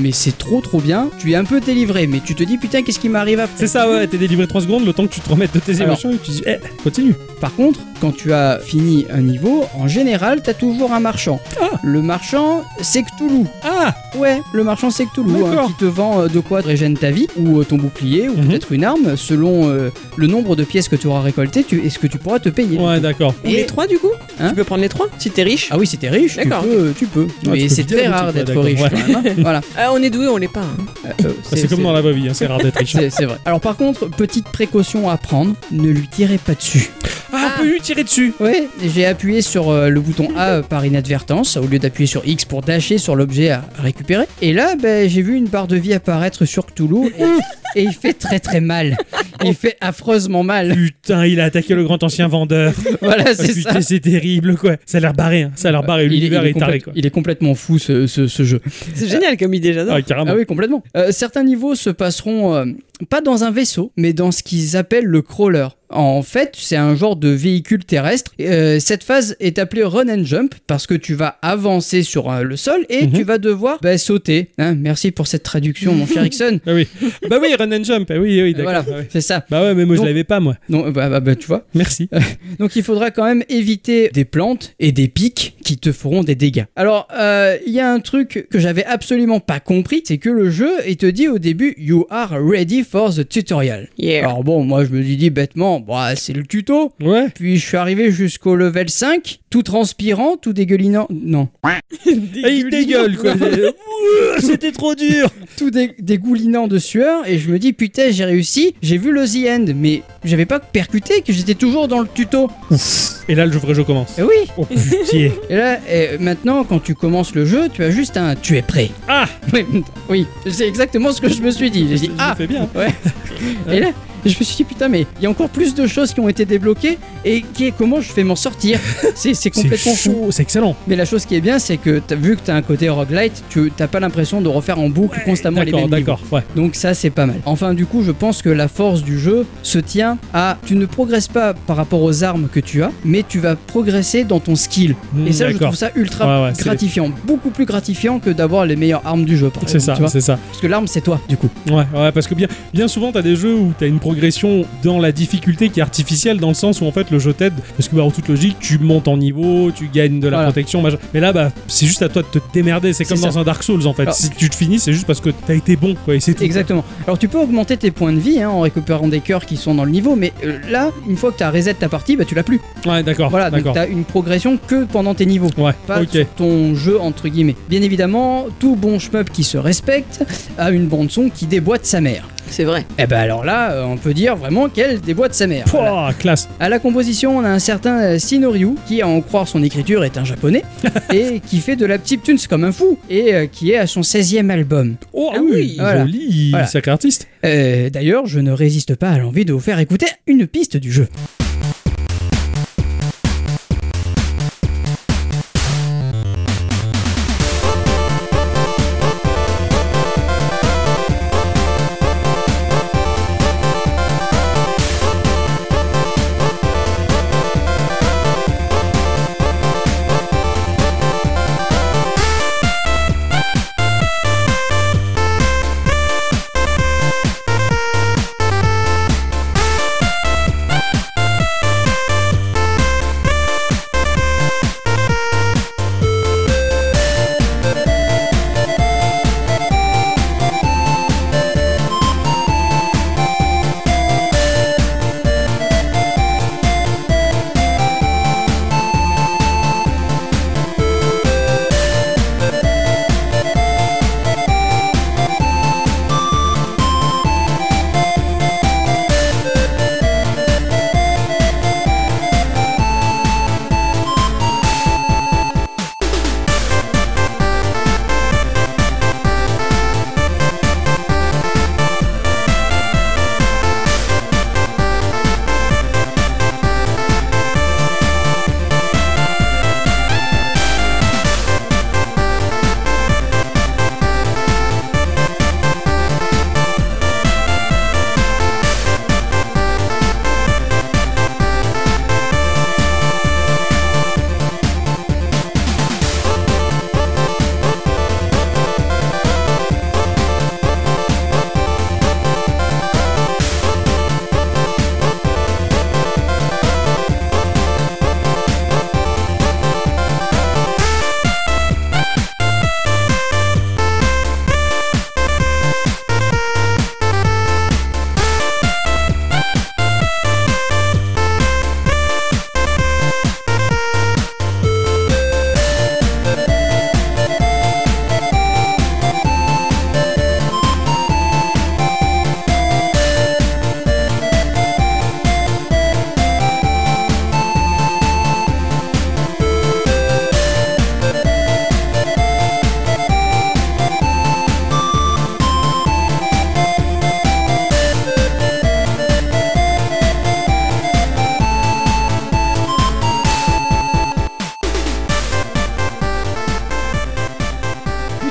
trop trop bien, tu es un peu délivré, mais tu te dis putain qu'est-ce qui m'arrive après. C'est ça, ouais, t'es délivré trois secondes, le temps que tu te remettes de tes Alors, émotions et que tu dis, eh, continue. Par contre, quand tu as fini un niveau, en général, t'as toujours un marchand. Ah. Le marchand, c'est Cthulhu. Ah, Ouais, le marchand, c'est Cthulhu, hein, D'accord. qui te vend euh, de quoi te régène ta vie, ou euh, ton bouclier, ou Mhm. peut-être une arme, selon euh, le nombre de pièces que tu auras récoltées tu, et ce que tu pourras te payer. ouais, d'accord. Ou Et- les trois du coup Hein Tu peux prendre les trois si t'es riche. Ah oui, si t'es riche, tu D'accord, peux, tu peux. Ah, mais tu peux c'est vider très la rare boutique, d'être ouais, riche. d'accord, quand même, hein. Voilà. Ah, on est doué, on l'est pas. hein. Euh, euh, C'est, comme dans la vraie vie, hein, c'est rare d'être riche. C'est c'est vrai. Alors par contre, petite précaution à prendre, ne lui tirez pas dessus. Ah, on peut lui tirer dessus. Ouais, j'ai appuyé sur euh, le bouton A euh, par inadvertance, au lieu d'appuyer sur X pour dasher sur l'objet à récupérer. Et là, ben, j'ai vu une barre de vie apparaître sur Cthulhu, et, et il fait très très mal. Il fait affreusement mal. Putain, il a attaqué le grand ancien vendeur. Voilà, Ah, c'est putain, ça. c'est terrible, quoi. Ça a l'air barré, hein. Ça a l'air barré. Il est, L'univers il est est taré, complète- quoi. il est complètement fou ce, ce- ce jeu. C'est génial comme idée, j'adore. Ah, carrément. Ah oui, complètement. Euh, certains niveaux se passeront euh, pas dans un vaisseau, mais dans ce qu'ils appellent le crawler. En fait, c'est un genre de véhicule terrestre. Euh, cette phase est appelée run and jump parce que tu vas avancer sur euh, le sol et Mhm. tu vas devoir bah, sauter. Hein, merci pour cette traduction, mon cher Ixon. Ah oui. Bah oui, run and jump. Ah oui, oui, d'accord. Voilà, Ah ouais. c'est ça. Bah ouais, mais moi Donc- je l'avais pas, moi. Donc, bah, bah, bah, tu vois. Merci. Donc il faudra quand même éviter des plantes et des pics qui te feront des dégâts. Alors euh, il y a un truc que j'avais absolument pas compris, c'est que le jeu il te dit au début You are ready for the tutorial. Yeah. Alors bon, moi je me suis dit bêtement, bah, c'est le tuto. Ouais. Puis je suis arrivé jusqu'au level cinq, tout transpirant, tout dégoulinant. Non, Et il dégueule, quoi. Ouh, C'était trop dur. tout dé- dégoulinant de sueur. Et je me dis putain, j'ai réussi, j'ai vu le The End, mais j'avais pas percuté que j'étais toujours dans le tuto. Et là, le vrai jeu commence. Et oui. Oh putain. Et là, eh, maintenant, quand tu commences le jeu, tu as juste un tu es prêt. Ah, Oui, oui, c'est exactement ce que je me suis dit. J'ai dit, je ah, fais bien. ouais. Et là, je me suis dit, putain, mais il y a encore plus de choses qui ont été débloquées et qui est comment je vais m'en sortir. C'est c'est C'est complètement fou. chaud, c'est excellent. Mais la chose qui est bien, c'est que t'as- vu que tu as un côté roguelite, tu n'as pas l'impression de refaire en boucle constamment les D'accord, mêmes niveaux. d'accord. Ouais. Donc ça, c'est pas mal. Enfin, du coup, je pense que la force du jeu se tient à tu ne progresses pas par rapport aux armes que tu as, mais tu vas progresser dans ton skill. Et ça, je D'accord. trouve ça ultra Ouais, ouais, c'est- gratifiant. Beaucoup plus gratifiant que d'avoir les meilleures armes du jeu, par C'est exemple. ça, tu vois. c'est ça. Parce que l'arme, c'est toi, du coup. Ouais, ouais, parce que bien, bien souvent, t'as des jeux où t'as une progression dans la difficulté qui est artificielle, dans le sens où en fait le jeu t'aide, parce que bah, en toute logique, tu montes en niveau, tu gagnes de la Voilà. protection, machin. Mais là, bah, c'est juste à toi de te démerder. C'est C'est comme ça. dans un Dark Souls en fait. Alors- Si tu te finis, c'est juste parce que t'as été bon, quoi, et c'est tout. Exactement. Alors, tu peux augmenter tes points de vie hein, en récupérant des cœurs qui sont dans le niveau, mais euh, là, une fois que tu as reset ta partie, bah, tu l'as plus. Ouais, d'accord. Voilà, donc d'accord. tu as une progression que pendant tes niveaux. Ouais, Pas ok. sur ton jeu entre guillemets. Bien évidemment, tout bon shmup qui se respecte a une bande son qui déboîte sa mère. C'est vrai. Et ben alors là, euh, on peut dire vraiment qu'elle déboîte sa mère. Voilà. Pouah, classe. À la composition, on a un certain euh, Shinoryu qui, à en croire son écriture, est un japonais et qui fait de la chiptunes comme un fou et euh, qui est à son seizième album. Oh Ah oui, oui. Voilà. joli, Voilà. sacré artiste. Euh, D'ailleurs, je ne résiste pas à l'envie de vous faire écouter une piste du jeu.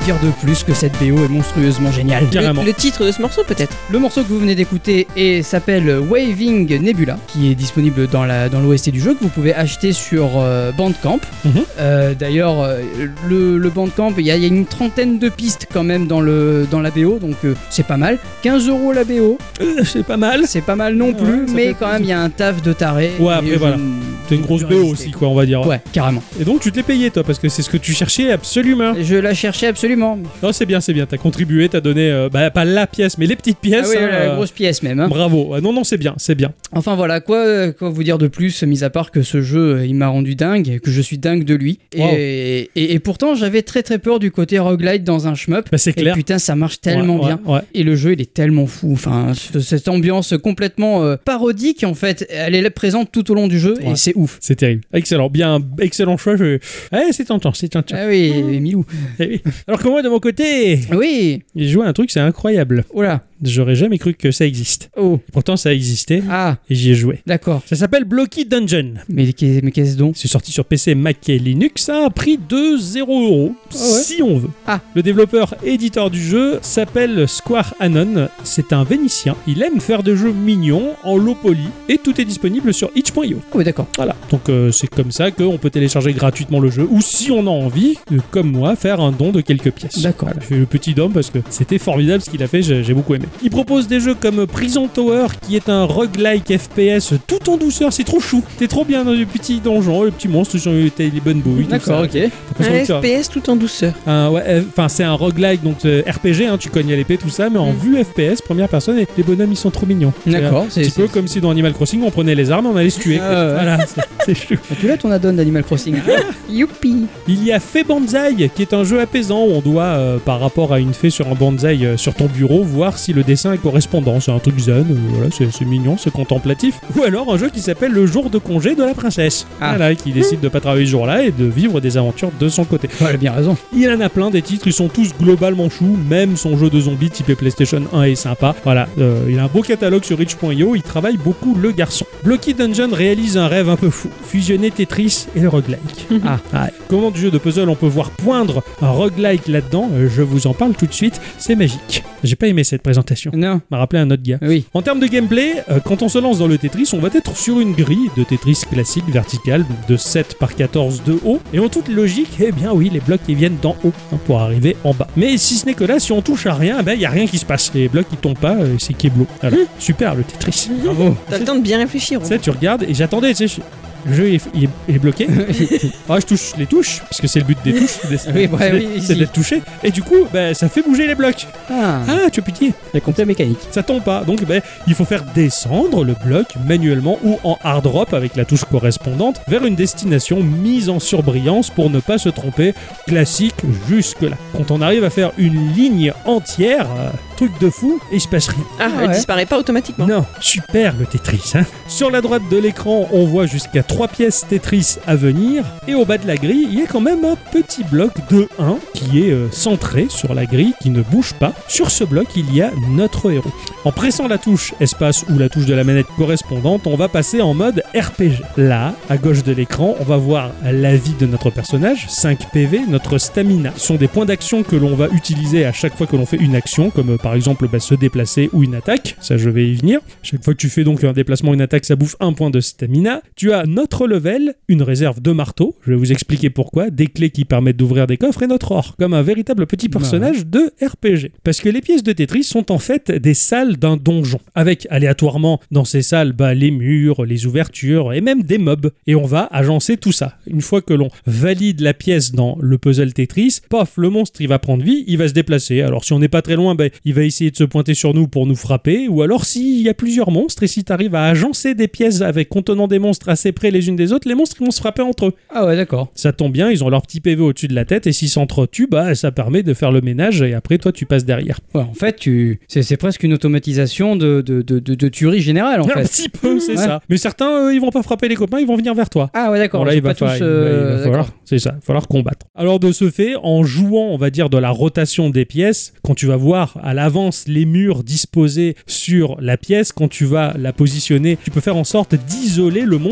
dire de plus que cette B O est monstrueusement géniale. Carrément. Le, le titre de ce morceau peut-être. Le morceau que vous venez d'écouter est- s'appelle Waving Nebula, qui est disponible dans la dans l'O S T du jeu, que vous pouvez acheter sur euh, Bandcamp. Mhm. Euh, D'ailleurs, euh, le, le Bandcamp, il y, a- il y a une trentaine de pistes quand même dans, le, dans la B O, donc euh, c'est pas mal. quinze euros la B O, Euh, c'est pas mal. c'est pas mal non Ouais, plus, ça mais fait quand même, il y a un taf de taré. Ouais, et après, je voilà. ne- C'est une je grosse ne B peux O résister. aussi, quoi, on va dire. Ouais, carrément. Et donc, tu te l'es payé, toi, parce que c'est ce que tu cherchais absolument. Je la cherchais absolument. Non, c'est bien, c'est bien. T'as contribué, t'as donné, euh, bah, pas la pièce, mais les petites pièces. Ah oui, hein, la euh, grosse pièce même. Hein. Bravo. Ah, non, non, c'est bien, c'est bien. Enfin voilà, quoi, quoi vous dire de plus, mis à part que ce jeu, il m'a rendu dingue, que je suis dingue de lui. Et, Wow. et, et pourtant, j'avais très très peur du côté roguelite dans un shmup. Bah, c'est Et clair. putain, ça marche tellement Ouais, bien. ouais, ouais. Et le jeu, il est tellement fou. Enfin, ce- cette ambiance complètement euh, parodique, en fait, elle est là présente tout au long du jeu Ouais. et c'est ouf. C'est terrible. Excellent. Bien, excellent choix. Je... Ouais, c'est tentant, c'est tentant. Ah oui, Milou. Eh oui. Alors que moi, de mon côté, Oui, j'ai joué à un truc, c'est incroyable. oh là, J'aurais jamais cru que ça existe. oh, Et pourtant, ça a existé ah, et j'y ai joué. d'accord. Ça s'appelle Blocky Dungeon. Mais, qu'est- mais qu'est-ce donc? C'est sorti sur P C, Mac et Linux à un prix de zéro euros, Ah ouais. si on veut. Ah. Le développeur éditeur du jeu s'appelle Square Anon. C'est un Vénitien. Il aime faire des jeux mignons, en low poly, et tout est disponible sur itch point i o. Ah oui, d'accord. Voilà. Donc euh, c'est comme ça qu'on peut télécharger gratuitement le jeu, ou si on a envie, euh, comme moi, faire un don de quelques pièces. D'accord. Voilà, je fais le petit don parce que c'était formidable ce qu'il a fait, j'ai j'ai beaucoup aimé. Il propose des jeux comme Prison Tower, qui est un roguelike F P S tout en douceur, c'est trop chou. T'es trop bien dans les petits donjons, les petits monstres, t'as les bonnes bouilles, tout D'accord, ça. ok. T'as l'impression Un que tu as- F P S tout en douceur. un- ouais, euh, enfin c'est un roguelike, donc euh, R P G, hein, tu cognes à l'épée, tout ça, mais en Mm. vue F P S, première personne, et les bonhommes ils sont trop mignons. D'accord, C'est un c'est. petit peu c'est- comme si dans Animal Crossing on prenait les armes et on allait se tuer. Ah ouais. Voilà, c'est- c'est chou. Ah, tu l'as ton add-on d'Animal Crossing? Youpi! Il y a Fée Banzai, qui est un jeu apaisant où on doit, euh, par rapport à une fée sur un bonsaï euh, sur ton bureau, voir si le dessin est correspondant. C'est un truc zen, euh, voilà, c'est c'est mignon, c'est contemplatif. Ou alors un jeu qui s'appelle Le jour de congé de la princesse. Ah. Voilà, qui décide de pas travailler ce jour-là et de vivre des aventures de son côté. Ouais, elle a bien raison. Il en a plein des titres, ils sont tous globalement choux, même son jeu de zombies typé PlayStation un est sympa. Voilà, euh, il a un beau catalogue sur itch point i o, il travaille beaucoup le garçon. Blocky Dungeon réalise un rêve un peu fou, fusionner Tetris et le roguelike. Ah. Ah, comment du jeu de puzzle on peut voir poindre un roguelike là-dedans, euh, je vous en parle tout de suite, c'est magique. J'ai pas aimé cette présentation, Non, m'a rappelé un autre gars. oui. En termes de gameplay, euh, quand on se lance dans le Tetris, on va être sur une grille de Tetris classique verticale de sept par quatorze de haut. Et en toute logique, eh bien oui, les blocs ils viennent d'en haut hein, pour arriver en bas. Mais si ce n'est que là, si on touche à rien, il n'y a rien qui se passe. Les blocs ils tombent pas, euh, c'est Keblo. Voilà. Super le Tetris. Bravo. T'as le temps de bien réfléchir. Ça, tu regardes et j'attendais, tu sais, je- le jeu il est, il est- il est bloqué. Ah, je touche les touches, parce que c'est le but des touches, c'est d'être- Oui, ouais, oui, c'est ici. d'être touché. Et du coup, bah, ça fait bouger les blocs. Ah, Ah, tu as pitié. j'ai compris la mécanique. Ça tombe pas. Donc ben, il faut faire descendre le bloc manuellement ou en hard drop avec la touche correspondante vers une destination mise en surbrillance pour ne pas se tromper. Classique jusque là. Quand on arrive à faire une ligne entière, euh, truc de fou, et il se passe rien. Ah, Ah elle ouais. disparaît pas automatiquement. Non, super le Tetris. Hein. Sur la droite de l'écran, on voit jusqu'à trois pièces Tetris à venir. Et au bas de la grille, il y a quand même un petit bloc de un qui est euh, centré sur la grille, qui ne bouge pas. Sur ce bloc, il y a notre héros. En pressant la touche espace ou la touche de la manette correspondante, on va passer en mode R P G. Là, à gauche de l'écran, on va voir la vie de notre personnage, cinq P V, notre stamina. Ce sont des points d'action que l'on va utiliser à chaque fois que l'on fait une action, comme euh, par exemple bah, se déplacer ou une attaque. Ça, je vais y venir. Chaque fois que tu fais donc un déplacement, une attaque, ça bouffe un point de stamina. Tu as notre level, une réserve de marteau. Je vais vous expliquer pourquoi. Des clés qui permettent d'ouvrir des coffres et notre or, comme un véritable petit personnage de R P G. Parce que les pièces de Tetris sont en fait des salles d'un donjon, avec aléatoirement dans ces salles bah, les murs, les ouvertures et même des mobs. Et on va agencer tout ça. Une fois que l'on valide la pièce dans le puzzle Tetris, paf, le monstre il va prendre vie, il va se déplacer. Alors si on n'est pas très loin, bah, il va essayer de se pointer sur nous pour nous frapper, ou alors s'il y a plusieurs monstres et si tu arrives à agencer des pièces avec contenant des monstres assez près les unes des autres, les monstres ils vont se frapper entre eux. Ah ouais, d'accord. Ça tombe bien, ils ont leur petit P V au-dessus de la tête et s'ils s'entretuent, bah, ça permet de faire le ménage et après toi tu passes derrière. Ouais, en fait, tu... c'est, c'est presque une automatisation de, de, de, de, de tuerie générale, en Un fait. petit peu, c'est Ouais. ça. Mais certains, euh, ils vont pas frapper les copains, ils vont venir vers toi. Ah ouais, d'accord. Bon, là, ils il sont va, pas fa- tous, il va- il euh, va falloir, d'accord. c'est ça, il va falloir combattre. Alors de ce fait, en jouant, on va dire, de la rotation des pièces, quand tu vas voir à l'avance les murs disposés sur la pièce, quand tu vas la positionner, tu peux faire en sorte d'isoler le monstre pour pas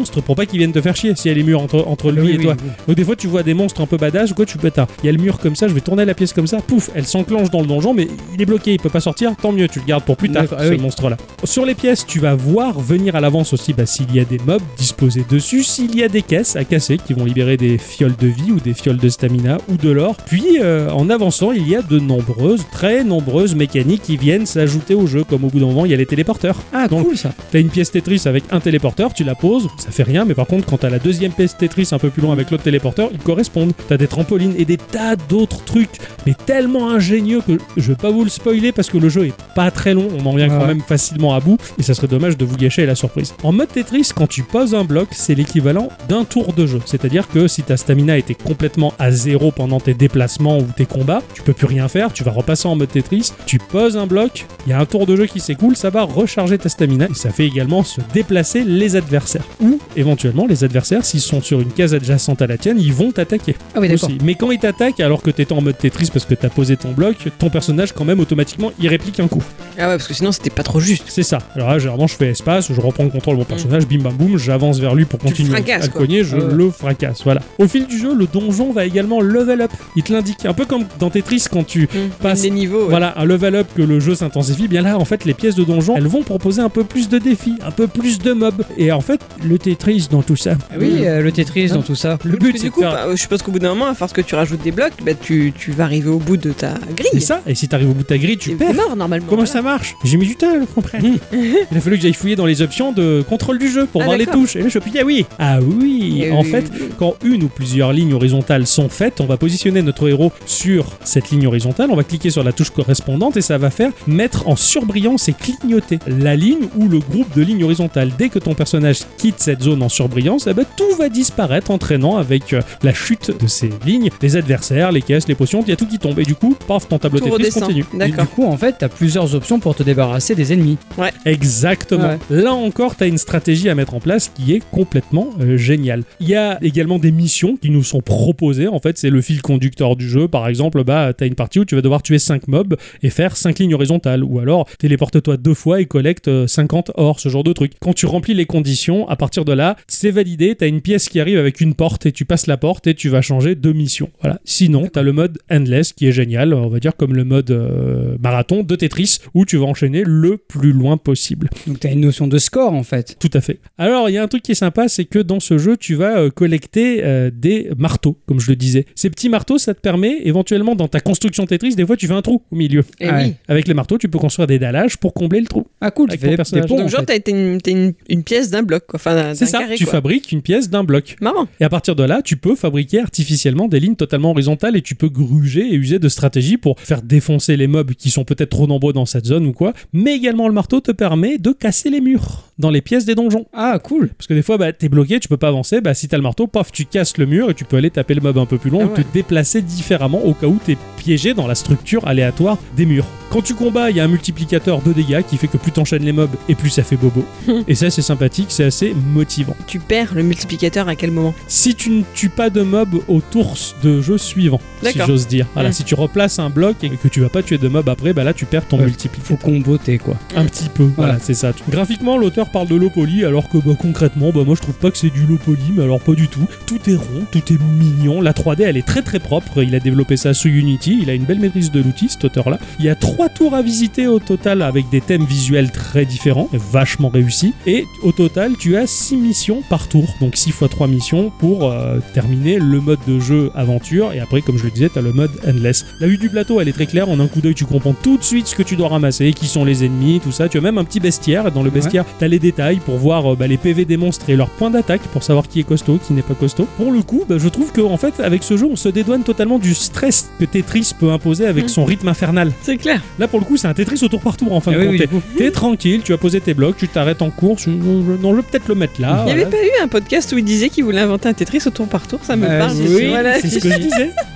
pas qu'ils viennent te faire chier s'il y a les murs entre, entre lui Oui, et oui, toi. oui. Donc des fois tu vois des monstres un peu badass ou quoi, tu peux t'as, il y a le mur comme ça, je vais tourner la pièce comme ça, pouf, elle s'enclenche dans le donjon, mais il est bloqué, il peut pas sortir, tant mieux, tu le gardes pour plus tard, D'accord, ce ah oui. monstre-là. Sur les pièces, tu vas voir venir à l'avance aussi bah, s'il y a des mobs disposés dessus, s'il y a des caisses à casser qui vont libérer des fioles de vie ou des fioles de stamina ou de l'or. Puis euh, en avançant, il y a de nombreuses, très nombreuses mécaniques qui viennent s'ajouter au jeu, comme au bout d'un moment, il y a les téléporteurs. Ah, Donc, cool ça. T'as une pièce Tetris avec un téléporteur, tu la poses, ça fait rien, mais par contre, quand t'as la deuxième pièce Tetris un peu plus loin avec l'autre téléporteur, ils correspondent. T'as des trampolines et des tas d'autres trucs, mais tellement ingénieux que je vais pas vous le spoiler parce que le jeu est pas très long, on en vient Ah quand ouais. même facilement à bout, et ça serait dommage de vous gâcher la surprise. En mode Tetris, quand tu poses un bloc, c'est l'équivalent d'un tour de jeu. C'est-à-dire que si ta stamina était complètement à zéro pendant tes déplacements ou tes combats, tu peux plus rien faire, tu vas repasser en mode Tetris, tu poses un bloc, il y a un tour de jeu qui s'écoule, ça va recharger ta stamina et ça fait également se déplacer les adversaires. Ou éventuellement les adversaires, s'ils sont sur une case adjacente à la tienne, ils vont t'attaquer. Ah oui, d'accord. Aussi. Mais quand ils t'attaquent alors que t'étais en mode Tetris parce que t'as posé ton bloc, ton personnage quand même automatiquement il réplique un coup. Ah ouais, parce que sinon c'était pas trop juste. C'est ça. Alors là, généralement, je fais espace, je reprends le contrôle de mon personnage, bim bam boum, j'avance vers lui pour Tu le continuer fracasses, à le quoi. cogner, je Ah ouais. le fracasse. Voilà. Au fil du jeu, le donjon va également level up. Il te l'indique. Un peu comme dans Tetris quand tu Mmh. passes. Des niveaux. ouais. Voilà, un level up que le jeu s'intensifie. Bien là, en fait, les pièces de donjon, elles vont proposer un peu plus de défis, un peu plus de mobs. Et en fait, le Tetris dans tout ça. Ah oui, euh, le Tetris dans tout ça. Le Parce but, que c'est du de coup, faire. bah, je suppose qu'au bout d'un moment, à force que tu rajoutes des blocs, bah, tu, tu vas arriver au bout de ta C'est grille. ça. Et si t'arrives au bout de ta grille, tu T'es perds. mort normalement. Comment voilà. ça marche? J'ai mis du temps à le comprendre. Il a fallu que j'aille fouiller dans les options de contrôle du jeu pour Ah, voir les d'accord. touches. Et là, je me suis dit, ah oui, ah oui. Eh En oui, fait, oui, oui. quand une ou plusieurs lignes horizontales sont faites, on va positionner notre héros sur cette ligne horizontale, on va cliquer sur la touche correspondante et ça va faire mettre en surbrillance et clignoter la ligne ou le groupe de lignes horizontales. Dès que ton personnage quitte cette zone en surbrillance, eh ben, tout va disparaître, entraînant avec euh, la chute de ces lignes les adversaires, les caisses, les potions, il y a tout qui tombe. Et du coup, paf, ton tableau Tout Tetris redescend. continue. Et D'accord. du coup, en fait, t'as plusieurs options pour te débarrasser des ennemis. Exactement. Ouais. Là encore, tu as une stratégie à mettre en place qui est complètement euh, géniale. Il y a également des missions qui nous sont proposées. En fait, c'est le fil conducteur du jeu. Par exemple, bah, tu as une partie où tu vas devoir tuer cinq mobs et faire cinq lignes horizontales. Ou alors, téléporte-toi deux fois et collecte euh, cinquante or, ce genre de truc. Quand tu remplis les conditions, à partir de là, c'est validé. Tu as une pièce qui arrive avec une porte et tu passes la porte et tu vas changer de mission. Voilà. Sinon, tu as le mode Endless qui est génial. On va dire comme le mode euh, marathon de Tetris où tu vas enchaîner le plus loin possible. Donc t'as une notion de score en fait. Tout à fait. Alors, il y a un truc qui est sympa, c'est que dans ce jeu, tu vas euh, collecter euh, des marteaux, comme je le disais. Ces petits marteaux, ça te permet, éventuellement, dans ta construction Tetris, des fois, tu fais un trou au milieu. Eh Ah oui. ouais. Avec les marteaux, tu peux construire des dallages pour combler le trou. Ah cool, tu Avec fais ton des, personnage. des ponts Donc en genre fait. t'as été une, t'es une, une pièce d'un bloc, quoi. Enfin d'un C'est d'un ça, carré, tu quoi. fabriques une pièce d'un bloc. Marrant. Et à partir de là, tu peux fabriquer artificiellement des lignes totalement horizontales et tu peux gruger et user de stratégies pour faire défoncer les mobs qui sont peut-être trop nombreux dans cette zone ou quoi. Mais également, le marteau te permet de casser les murs dans les pièces des donjons. Ah cool. Parce que des fois, bah, t'es bloqué, tu peux pas avancer. Bah, si t'as le marteau, paf, tu casses le mur et tu peux aller taper le mob un peu plus loin Ah ou te ouais. déplacer différemment au cas où t'es piégé dans la structure aléatoire des murs. Quand tu combats, il y a un multiplicateur de dégâts qui fait que plus t'enchaînes les mobs et plus ça fait bobo. Et ça, c'est sympathique, c'est assez motivant. Tu perds le multiplicateur à quel moment? Si tu ne tues pas de mobs au tour de jeu suivant, si D'accord. j'ose dire. Voilà, Mm. si tu replaces un bloc et que tu vas pas tuer de mobs après, bah là, tu perds ton Ouais. multiplicateur. Faut comboter quoi. Un petit peu, voilà, Voilà. c'est ça. Graphiquement, l'auteur parle de low poly, alors que bah, concrètement, bah, moi je trouve pas que c'est du low poly, mais alors pas du tout. Tout est rond, tout est mignon. La trois D, elle est très très propre. Il a développé ça sous Unity. Il a une belle maîtrise de l'outil, cet auteur-là. Il y a trois tours à visiter au total avec des thèmes visuels très différents, vachement réussis. Et au total, tu as six missions par tour, donc six fois trois missions pour euh, terminer le mode de jeu aventure. Et après, comme je le disais, tu as le mode Endless. La vue du plateau, elle est très claire. En un coup d'œil, tu comprends tout de suite ce que tu dois ramasser, qui sont les ennemis, tout ça. Tu as même un petit bestiaire. Et dans le bestiaire, tu as les détails pour voir euh, bah, les P V des monstres et leurs points d'attaque pour savoir qui est costaud, qui n'est pas costaud. Pour le coup, bah, je trouve que en fait, avec ce jeu, on se dédouane totalement du stress que Tetris peut imposer avec Mm. son rythme infernal. C'est clair. Là, pour le coup, c'est un Tetris au tour par tour en fin Ah de oui, compte. oui, T'es- du coup. T'es tranquille, tu as posé tes blocs, tu t'arrêtes en course. Non, je vais peut-être le mettre là. Il n'y avait voilà. pas eu un podcast où il disait qu'il voulait inventer un Tetris au tour par tour, ça me Euh, parle. oui, voilà. C'est ce que je disais.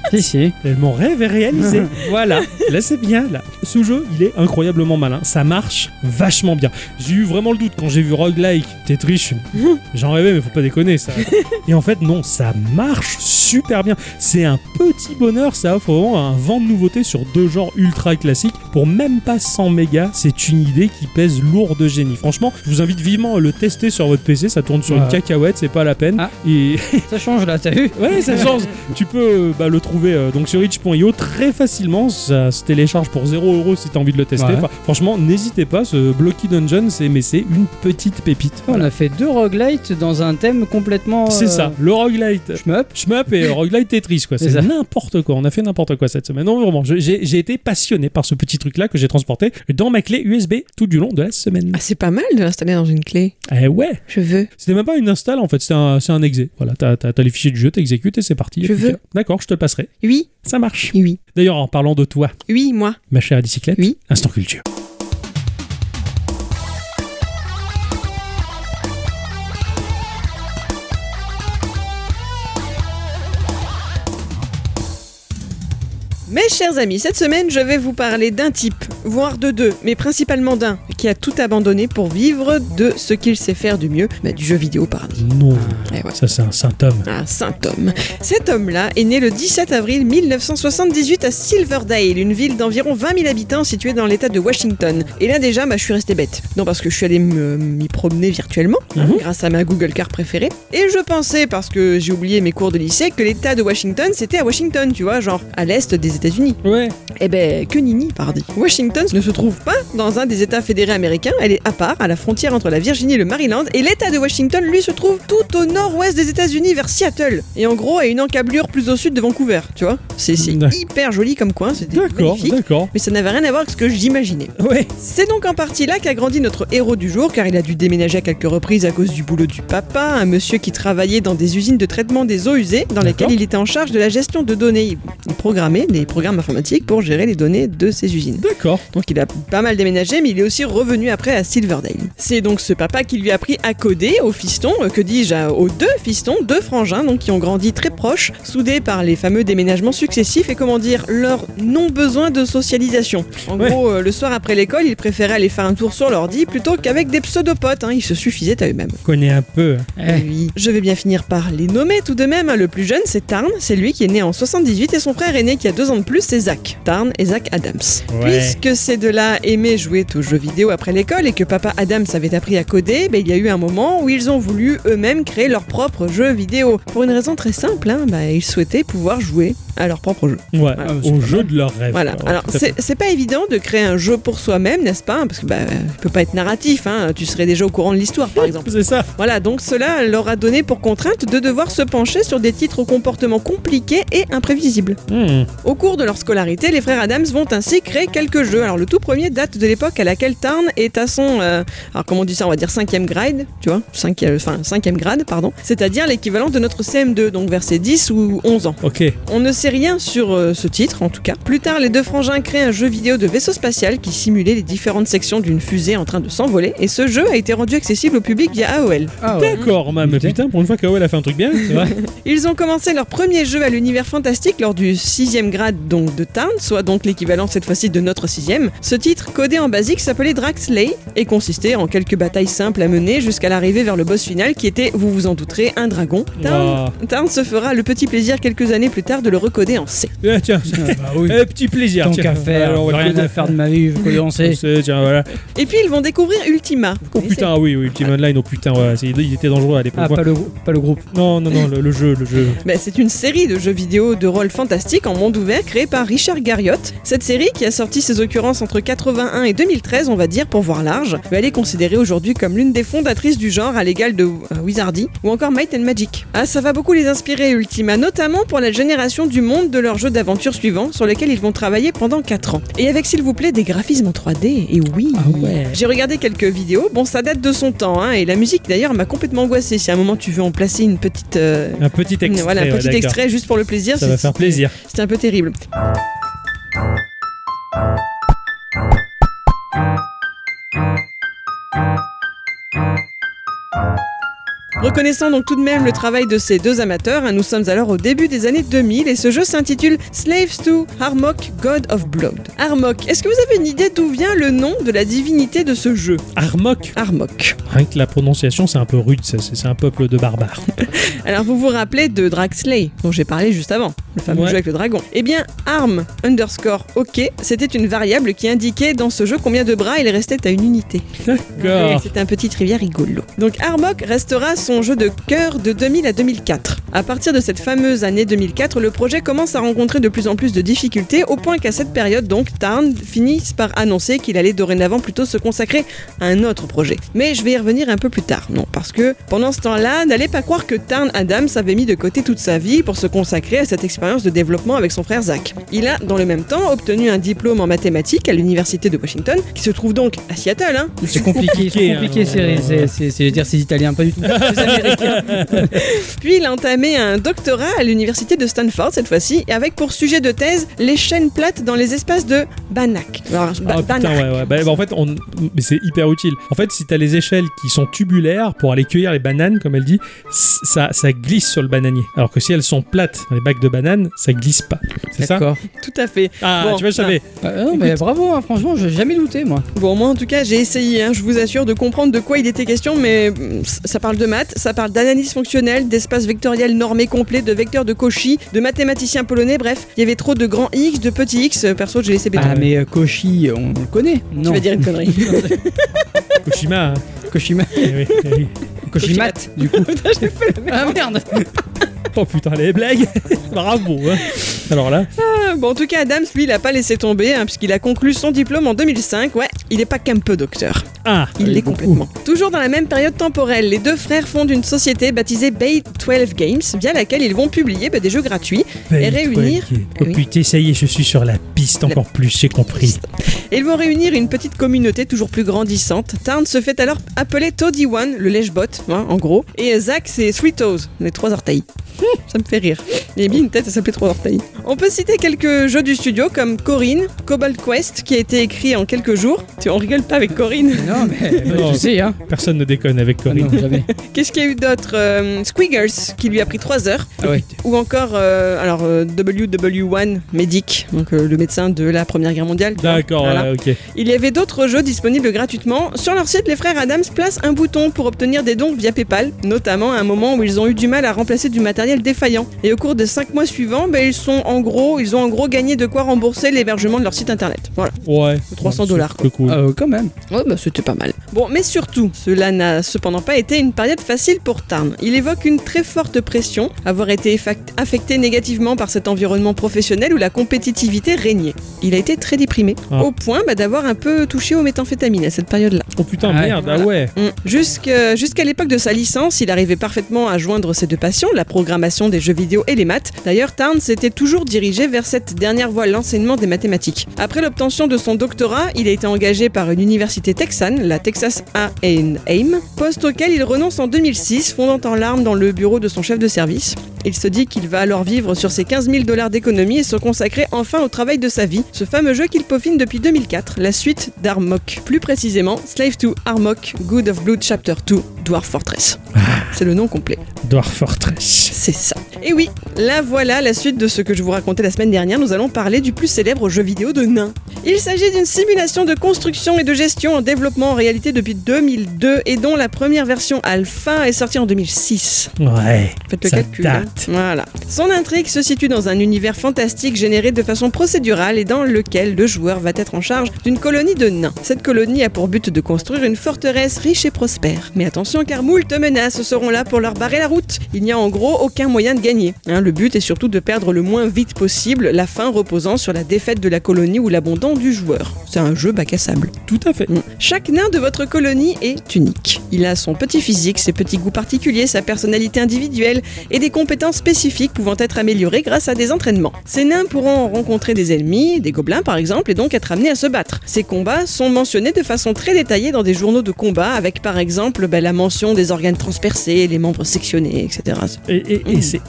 Si, si. Et mon rêve est réalisé. Voilà, là c'est bien. Là. Ce jeu, il est incroyablement malin. Ça marche vachement bien. J'ai eu vraiment le doute quand j'ai vu Roguelike, Tetris. Je me suis dit, j'en rêvais, mais faut pas déconner ça. Et en fait, non, ça marche super bien. C'est un petit bonheur. Ça offre vraiment un vent de nouveauté sur deux genres ultra classiques. Pour même pas cent mégas, c'est une idée qui pèse lourd de génie. Franchement, je vous invite vivement à le tester sur votre P C. Ça tourne sur Ouais. une cacahuète, c'est pas la peine. Ah. Et Ça change là, t'as vu? ouais, ça change. Tu peux bah, le trouver euh, donc sur itch point i o très facilement. Ça se télécharge pour zéro euro si t'as envie de le tester. Ouais. Enfin, franchement, n'hésitez pas. Ce Blocky Dungeon, c'est mais c'est une petite pépite. On Voilà. a fait deux roguelites dans un thème complètement. C'est euh, ça, le roguelite. Shmup. Shmup et roguelite Tetris, quoi. C'est C'est ça. n'importe quoi. On a fait n'importe quoi cette semaine. Non, vraiment, je- j'ai j'ai été passionné par ce petit truc-là que j'ai transporté dans ma clé U S B tout du long de la semaine. Ah, c'est pas mal de l'installer dans une clé. Eh ouais. Je veux. C'était même pas une install en fait, c'est un, c'est un exé. Voilà, t'as, t'as, t'as les fichiers du jeu, t'exécutes et c'est parti. Je Et puis, veux. D'accord, je te le passerai. Oui, Ça marche. oui, D'ailleurs, en parlant de toi, oui, moi. ma chère bicyclette, Oui. Instant Culture. Mes chers amis, cette semaine, je vais vous parler d'un type, voire de deux, mais principalement d'un, qui a tout abandonné pour vivre de ce qu'il sait faire du mieux, bah, du jeu vidéo pardi. Non, Eh ouais. ça c'est un saint homme. Un saint homme. Cet homme-là est né le dix-sept avril mille neuf cent soixante-dix-huit à Silverdale, une ville d'environ vingt mille habitants située dans l'état de Washington. Et là déjà, bah, je suis resté bête. Non, parce que je suis allé me- m'y promener virtuellement, hein, Mhm. grâce à ma Google Car préférée. Et je pensais, parce que j'ai oublié mes cours de lycée, que l'état de Washington, c'était à Washington, tu vois, genre à l'est des États-Unis. Ouais. Eh ben, que nini, pardi. Washington ne se trouve pas dans un des États fédérés américains, elle est à part, à la frontière entre la Virginie et le Maryland, et l'État de Washington, lui, se trouve tout au nord-ouest des États-Unis, vers Seattle. Et en gros, à une encablure plus au sud de Vancouver, tu vois. C'est c'est D'ac- hyper joli comme coin, c'est D'accord, magnifique. d'accord. Mais ça n'avait rien à voir avec ce que j'imaginais. Ouais. C'est donc en partie là qu'a grandi notre héros du jour, car il a dû déménager à quelques reprises à cause du boulot du papa, un monsieur qui travaillait dans des usines de traitement des eaux usées, dans lesquelles D'accord. il était en charge de la gestion de données. Il programmait des programmes informatiques pour gérer les données de ces usines. D'accord. Donc il a pas mal déménagé, mais il est aussi revenu après à Silverdale. C'est donc ce papa qui lui a appris à coder aux fistons, euh, que dis-je, à- aux deux fistons, deux frangins, donc qui ont grandi très proches, soudés par les fameux déménagements successifs et comment dire, leur non-besoin de socialisation. En Ouais. gros, euh, le soir après l'école, ils préféraient aller faire un tour sur l'ordi plutôt qu'avec des pseudopotes, hein, ils se suffisaient à eux-mêmes. On connaît un peu. Eh, Oui. Je vais bien finir par les nommer tout de même. Le plus jeune, c'est Tarn, c'est lui qui est né en soixante-dix-huit et son frère aîné qui a deux ans de plus, c'est Zach. Tarn et Zach Adams. Ouais. Puisque ces deux-là aimaient jouer aux jeux vidéo après l'école et que papa Adams avait appris à coder, ben, il y a eu un moment où ils ont voulu eux-mêmes créer leur propre jeu vidéo. Pour une raison très simple, hein, ben, ils souhaitaient pouvoir jouer à leur propre jeu. Ouais, Ah, c'est au pas jeu mal. de leur rêve. Voilà. Ouais, Alors, tout à c'est fait. c'est pas évident de créer un jeu pour soi-même, n'est-ce pas? Parce que bah, il peut pas être narratif, hein. Tu serais déjà au courant de l'histoire, par exemple. C'est ça. Voilà, donc cela leur a donné pour contrainte de devoir se pencher sur des titres au comportement compliqué et imprévisible. Hmm. Au cours de leur scolarité, les frères Adams vont ainsi créer quelques jeux. Alors le tout premier date de l'époque à laquelle Tarn est à son, euh, alors comment on dit ça, on va dire cinquième grade, tu vois, cinquième, enfin cinquième grade, pardon, c'est-à-dire l'équivalent de notre C M deux, donc vers ses dix ou onze ans. Ok. On ne sait rien sur euh, ce titre, en tout cas. Plus tard, les deux frangins créent un jeu vidéo de vaisseau spatial qui simulait les différentes sections d'une fusée en train de s'envoler, et ce jeu a été rendu accessible au public via A O L. Ah ouais. D'accord, même. Putain. Putain, pour une fois qu'A O L a fait un truc bien. C'est vrai. Ils ont commencé leur premier jeu à l'univers fantastique lors du sixième grade donc de Tarn, soit donc l'équivalent cette fois-ci de notre sixième. Ce titre, codé en basique, s'appelait Draxley et consistait en quelques batailles simples à mener jusqu'à l'arrivée vers le boss final qui était, vous vous en douterez, un dragon. Tarn, Wow. Tarn se fera le petit plaisir quelques années plus tard de le recoder en C. Eh, tiens, Ah, bah oui. eh, petit plaisir. Tant tiens. qu'à faire, Alors, on va rien le à faire de ma vie, je peux On danser. sait, tiens, voilà. Et puis ils vont découvrir Ultima. Vous Oh connaissez putain, oui, oui, Ultima Online, oh putain, ouais, c'est- il était dangereux à l'époque. Ah, pas le, pas le groupe. Non, non, non, le, le jeu, le jeu. Ben, c'est une série de jeux vidéo de rôle fantastique en monde ouvert créée par Richard Garriott. Cette série, qui a sorti ses occurrences entre quatre-vingt-un et deux mille treize, on va dire pour voir large, ben, elle est considérée aujourd'hui comme l'une des fondatrices du genre à l'égal de euh, Wizardy ou encore Might and Magic. Ah, ça va beaucoup les inspirer Ultima, notamment pour la génération du monde de leur jeu d'aventure suivant sur lequel ils vont travailler pendant quatre ans. Et avec s'il vous plaît des graphismes en trois D, et oui. Ah ouais. J'ai regardé quelques vidéos, bon ça date de son temps, hein, et la musique d'ailleurs m'a complètement angoissée. Si à un moment tu veux en placer une petite... euh, Un petit extrait. voilà, un ouais, petit d'accord. extrait juste pour le plaisir. Ça c'est- va faire plaisir. C'était un peu terrible. Reconnaissant donc tout de même le travail de ces deux amateurs, hein, nous sommes alors au début des années deux mille et ce jeu s'intitule Slaves to Armok, God of Blood. Armok, est-ce que vous avez une idée d'où vient le nom de la divinité de ce jeu ? Armok. Armok. Rien que la prononciation, c'est un peu rude, ça, c'est, c'est un peuple de barbares. Alors vous vous rappelez de Dragslay, dont j'ai parlé juste avant, le fameux Ouais. jeu avec le dragon. Eh bien, arm underscore ok, c'était une variable qui indiquait dans ce jeu combien de bras il restait à une unité. D'accord. C'était un petit trivia rigolo. Donc Armok restera son jeu de cœur de deux mille à deux mille quatre. À partir de cette fameuse année deux mille quatre, le projet commence à rencontrer de plus en plus de difficultés, au point qu'à cette période, donc, Tarn finit par annoncer qu'il allait dorénavant plutôt se consacrer à un autre projet. Mais je vais y revenir un peu plus tard, non, parce que pendant ce temps-là, n'allez pas croire que Tarn Adams avait mis de côté toute sa vie pour se consacrer à cette expérience de développement avec son frère Zach. Il a, dans le même temps, obtenu un diplôme en mathématiques à l'université de Washington, qui se trouve donc à Seattle, hein. C'est compliqué, c'est Compliqué, compliqué, hein. c'est, c'est, c'est, c'est, dire c'est italien, pas du tout. C'est américain. Puis il a entamé un doctorat à l'université de Stanford cette fois-ci, et avec pour sujet de thèse les chaînes plates dans les espaces de Banach. Alors, ba- Ah putain, Banach. ouais, ouais. Bah, bah, en fait, on... mais c'est hyper utile. En fait, si t'as les échelles qui sont tubulaires pour aller cueillir les bananes, comme elle dit, c- ça, ça glisse sur le bananier. Alors que si elles sont plates dans les bacs de bananes, ça glisse pas. C'est ça D'accord. Tout à fait. Ah, Bon, tu vois, je savais. Euh, non, mais bravo, hein, franchement, j'ai jamais douté, moi. Bon, moi en tout cas, j'ai essayé, hein, je vous assure, de comprendre de quoi il était question, mais mm, ça parle de maths, ça parle d'analyse fonctionnelle, d'espace vectoriel normé complet, de vecteurs de Cauchy, de mathématiciens polonais, bref, il y avait trop de grands X, de petits X, euh, perso, j'ai laissé béton. Ah, mais euh, Cauchy, on le connaît. Tu Non. vas dire une connerie. Koshima. Hein. Koshima. Eh oui, eh oui. Koshimat, du coup. J'ai fait le même. Ah merde. Oh putain, les blagues. Bravo. Hein. Alors là, Ah, bon, en tout cas, Adams, lui, il a pas laissé tomber, hein, puisqu'il a conclu son diplôme en deux mille cinq. Ouais, il est pas qu'un peu docteur. ah, Il Oui, l'est beaucoup. complètement. Toujours dans la même période temporelle, les deux frères fondent une société baptisée Bay douze Games, via laquelle ils vont publier bah, des jeux gratuits et réunir. Oh Oui. putain, ça y est, je suis sur la piste encore plus, j'ai compris. Et ils vont réunir une petite communauté toujours plus grandissante. Tarn se fait alors appeler Toady One, le lèche-bot, hein, en gros. Et Zach, c'est Three Toes, les trois orteils. Ça me fait rire. Il a mis une tête, ça s'appelait Trois orteils. On peut citer quelques jeux du studio comme Corinne, Cobalt Quest, qui a été écrit en quelques jours. Tu, on rigole pas avec Corinne. Non, mais bah, Non. tu sais, hein. Personne ne déconne avec Ah Corinne. non, jamais. Qu'est-ce qu'il y a eu d'autre Euh, Squiggers, qui lui a pris trois heures. Ah ouais. Ou encore euh, alors, euh, W W un Medic, donc euh, le médecin de la Première Guerre mondiale. tu vois. D'accord, Voilà. ouais, ok. Il y avait d'autres jeux disponibles gratuitement. Sur leur site, les frères Adams placent un bouton pour obtenir des dons via PayPal, notamment à un moment où ils ont eu du mal à remplacer du matériel défaillant. Et au cours des cinq mois suivants, ben, ils, sont en gros, ils ont en gros gagné de quoi rembourser l'hébergement de leur site internet. Voilà. Ouais. trois cents dollars, C'est cool. Euh, quand même. Ouais, bah, c'était pas mal. Bon, mais surtout, cela n'a cependant pas été une période facile pour Tarn. Il évoque une très forte pression, avoir été effac- affecté négativement par cet environnement professionnel où la compétitivité régnait. Il a été très déprimé, Ah. au point bah, d'avoir un peu touché aux méthamphétamines à cette période-là. Oh putain, Ah ouais, merde, voilà. ah ouais. Mm. Jusque- Jusqu'à l'époque de sa licence, il arrivait parfaitement à joindre ses deux passions, la programmation des jeux vidéo et les maths. D'ailleurs, Tarn s'était toujours dirigé vers cette dernière voie, l'enseignement des mathématiques. Après l'obtention de son doctorat, il a été engagé par une université texane, la Texas A and M, poste auquel il renonce en deux mille six, fondant en larmes dans le bureau de son chef de service. Il se dit qu'il va alors vivre sur ses quinze mille dollars d'économie et se consacrer enfin au travail de sa vie, ce fameux jeu qu'il peaufine depuis deux mille quatre, la suite d'Armok. Plus précisément, Slave to Armok, Good of Blood Chapter deux, Dwarf Fortress. C'est le nom complet. Dwarf Fortress. C'est ça. Et oui, là voilà la suite de ce que je vous racontais la semaine dernière. Nous allons parler du plus célèbre jeu vidéo de nains. Il s'agit d'une simulation de construction et de gestion en développement en réalité depuis deux mille deux et dont la première version alpha est sortie en deux mille six. Ouais. Faites le Ça calcul. hein. date. Voilà. Son intrigue se situe dans un univers fantastique généré de façon procédurale et dans lequel le joueur va être en charge d'une colonie de nains. Cette colonie a pour but de construire une forteresse riche et prospère. Mais attention car moult menaces seront là pour leur barrer la route. Il n'y a en gros aucun moyen de gagner. Hein, le but est surtout de perdre le moins vite possible, la fin reposant sur la défaite de la colonie ou l'abandon du joueur. C'est un jeu bac à sable. Tout à fait. Mm. Chaque nain de votre colonie est unique. Il a son petit physique, ses petits goûts particuliers, sa personnalité individuelle et des compétences spécifiques pouvant être améliorées grâce à des entraînements. Ces nains pourront rencontrer des ennemis, des gobelins par exemple, et donc être amenés à se battre. Ces combats sont mentionnés de façon très détaillée dans des journaux de combat, avec par exemple bah, la mention des organes transpercés, les membres sectionnés, et cetera. Et, et- et Mm. c'est, et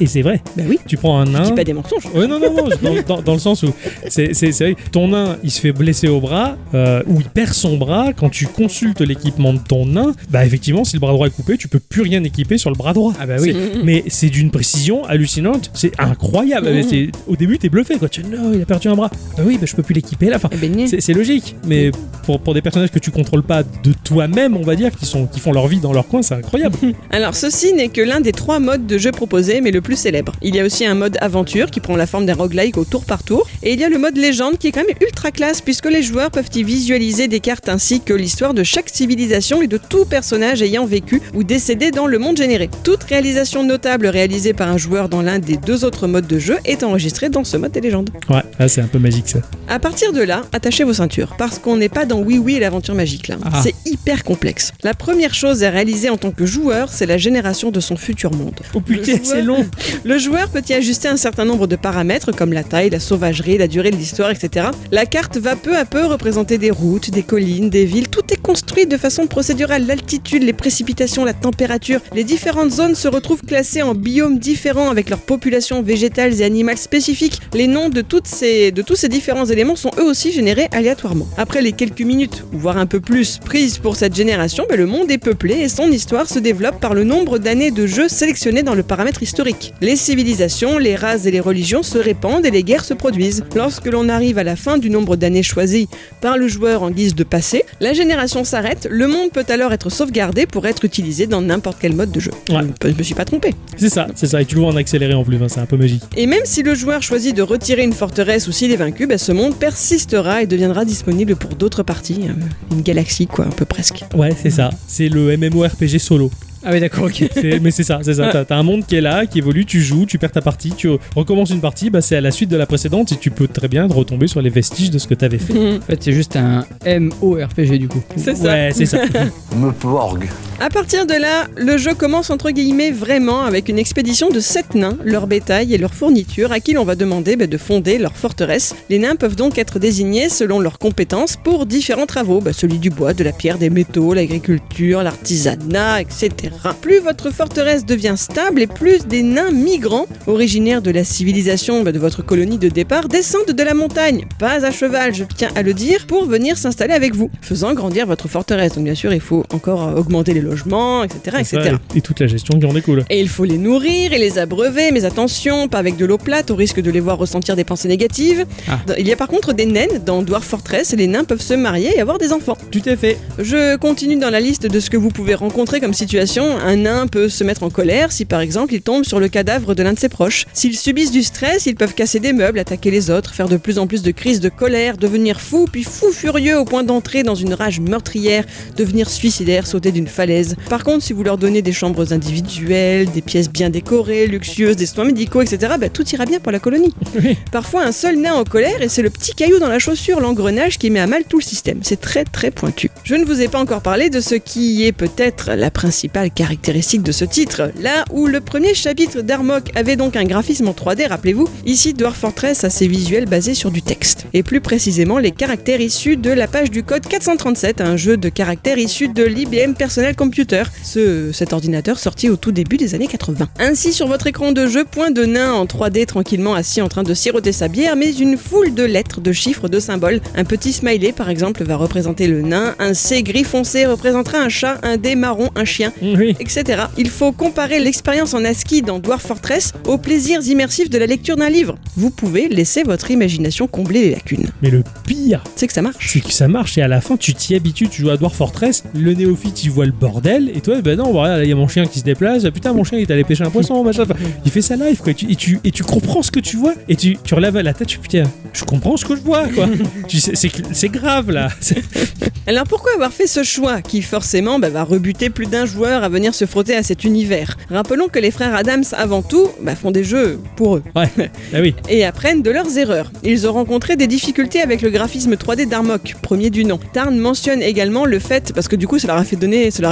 c'est vrai. Bah oui. Tu prends un Je nain. dis pas des mensonges. Ouais, non, non, non, dans, dans, dans le sens où c'est, c'est, c'est vrai, ton nain il se fait blesser au bras, euh, ou il perd son bras. Quand tu consultes l'équipement de ton nain, bah effectivement, si le bras droit est coupé, tu peux plus rien équiper sur le bras droit. Ah bah oui. C'est- mais c'est d'une précision hallucinante, c'est incroyable. Mhm. C'est- au début, t'es bluffé, quoi. Tu dis non, il a perdu un bras. Bah oui, bah je peux plus l'équiper là. Enfin, Eh ben, c'est, c'est logique, mais pour, pour des personnages que tu contrôles pas de toi-même, on va dire, qui, sont, qui font leur vie dans leur coin, c'est incroyable. Alors ceci n'est que l'un des trois modes de jeu proposés, mais le plus célèbre. Il y a aussi un mode aventure qui prend la forme d'un roguelike au tour par tour, et il y a le mode légende qui est quand même ultra classe puisque les joueurs peuvent y visualiser des cartes ainsi que l'histoire de chaque civilisation et de tout personnage ayant vécu ou décédé dans le monde généré. Toute réalisation notable réalisée par un joueur dans l'un des deux autres modes de jeu est enregistrée dans ce mode des légendes. Ouais, là, c'est un peu magique ça. À partir de là, attachez vos ceintures, parce qu'on n'est pas dans Oui Oui et l'aventure magique là. Ah. C'est hyper complexe. La première chose à réaliser en tant que joueur, c'est la génération de son futur monde. Oh putain, Le c'est joueur- long. Le joueur peut y ajuster un certain nombre de paramètres comme la taille, la sauvagerie, la durée de l'histoire, et cetera. La carte va peu à peu représenter des routes, des collines, des villes. Tout est construit de façon procédurale. L'altitude, les précipitations, la température. Les différentes zones se retrouvent classées en biomes différents avec leurs populations végétales et animales spécifiques. Les noms de, toutes ces, de tous ces différents éléments sont eux aussi générés aléatoirement. Après les quelques minutes, ou voire un peu plus, prises pour cette génération, ben, le monde est peuplé et son histoire se développe par le nombre d'années de jeu sélectionnées dans le paramètre historique. Les civilisations, les races et les religions se répandent et les guerres se produisent. Lorsque l'on arrive à la fin du nombre d'années choisies par le joueur en guise de passé, la génération s'arrête, le monde peut alors être sauvegardé pour être utilisé dans n'importe quel mode de jeu. Ouais. Je me suis pas trompé. C'est ça, c'est ça. Et tu le vois en accéléré en plus, hein, c'est un peu magique. Et même si le joueur choisit de retirer une forteresse ou s'il est vaincu, ben, ce monde persistera et deviendra disponible pour d'autres parties. Euh, Une galaxie quoi, un peu presque. Ouais, c'est ça. C'est le MMORPG solo. Ah oui, d'accord, ok. C'est- mais c'est ça, c'est ça. T'as, t'as un monde qui est là, qui évolue, tu joues, tu perds ta partie, tu recommences une partie, bah c'est à la suite de la précédente et tu peux très bien retomber sur les vestiges de ce que t'avais fait. En fait, c'est juste un MORPG du coup. C'est ça. Ouais, c'est ça. Me porgue. À partir de là, le jeu commence entre guillemets vraiment avec une expédition de sept nains, leur bétail et leurs fournitures à qui l'on va demander bah, de fonder leur forteresse. Les nains peuvent donc être désignés selon leurs compétences pour différents travaux, bah, celui du bois, de la pierre, des métaux, l'agriculture, l'artisanat, et cetera. Plus votre forteresse devient stable et plus des nains migrants, originaires de la civilisation bah, de votre colonie de départ, descendent de la montagne, pas à cheval, je tiens à le dire, pour venir s'installer avec vous, faisant grandir votre forteresse. Donc bien sûr, il faut encore euh, augmenter les logements, et cetera, C'est et ça, cetera. et, et toute la gestion qui en découle. Et il faut les nourrir et les abreuver, mais attention, pas avec de l'eau plate, au risque de les voir ressentir des pensées négatives. Ah. Il y a par contre des naines dans Dwarf Fortress, et les nains peuvent se marier et avoir des enfants. Tout à fait. Je continue dans la liste de ce que vous pouvez rencontrer comme situation. Un nain peut se mettre en colère si par exemple il tombe sur le cadavre de l'un de ses proches. S'ils subissent du stress, ils peuvent casser des meubles, attaquer les autres, faire de plus en plus de crises de colère, devenir fou, puis fou furieux au point d'entrer dans une rage meurtrière, devenir suicidaire, sauter d'une falaise. Par contre, si vous leur donnez des chambres individuelles, des pièces bien décorées, luxueuses, des soins médicaux, et cetera, bah, tout ira bien pour la colonie. Oui. Parfois, un seul nain en colère et c'est le petit caillou dans la chaussure, l'engrenage qui met à mal tout le système. C'est très très pointu. Je ne vous ai pas encore parlé de ce qui est peut-être la principale caractéristique de ce titre. Là où le premier chapitre d'Armok avait donc un graphisme en trois D, rappelez-vous, ici Dwarf Fortress a ses visuels basés sur du texte. Et plus précisément les caractères issus de la page du code quatre cent trente-sept, un jeu de caractères issu de l'I B M Personal Computer, ce, cet ordinateur sorti au tout début des années quatre-vingts. Ainsi sur votre écran de jeu, point de nain en trois D tranquillement assis en train de siroter sa bière, mais une foule de lettres, de chiffres, de symboles. Un petit smiley par exemple va représenter le nain, un C gris foncé représentera un chat, un D marron, un chien, Oui. et cetera. Il faut comparer l'expérience en ASCII dans Dwarf Fortress aux plaisirs immersifs de la lecture d'un livre. Vous pouvez laisser votre imagination combler les lacunes. Mais le pire, C'est que ça marche. c'est que ça marche et à la fin tu t'y habitues, tu joues à Dwarf Fortress, le néophyte il voit le bordel et toi ben non, voilà, il y a mon chien qui se déplace, putain mon chien il est allé pêcher un poisson, machin, enfin, il fait ça live quoi, et tu, et tu, et tu comprends ce que tu vois et tu, tu relèves la tête, tu putain, je comprends ce que je vois quoi. tu sais, c'est, c'est grave là. C'est- Alors pourquoi avoir fait ce choix qui forcément bah, va rebuter plus d'un joueur à venir se frotter à cet univers? Rappelons que les frères Adams avant tout bah, font des jeux pour eux Ouais, ah oui. et apprennent de leurs erreurs. Ils ont rencontré des difficultés avec le graphisme trois D d'Armok, premier du nom. Tarn mentionne également le fait, parce que du coup ça leur a fait donner, ça leur a fait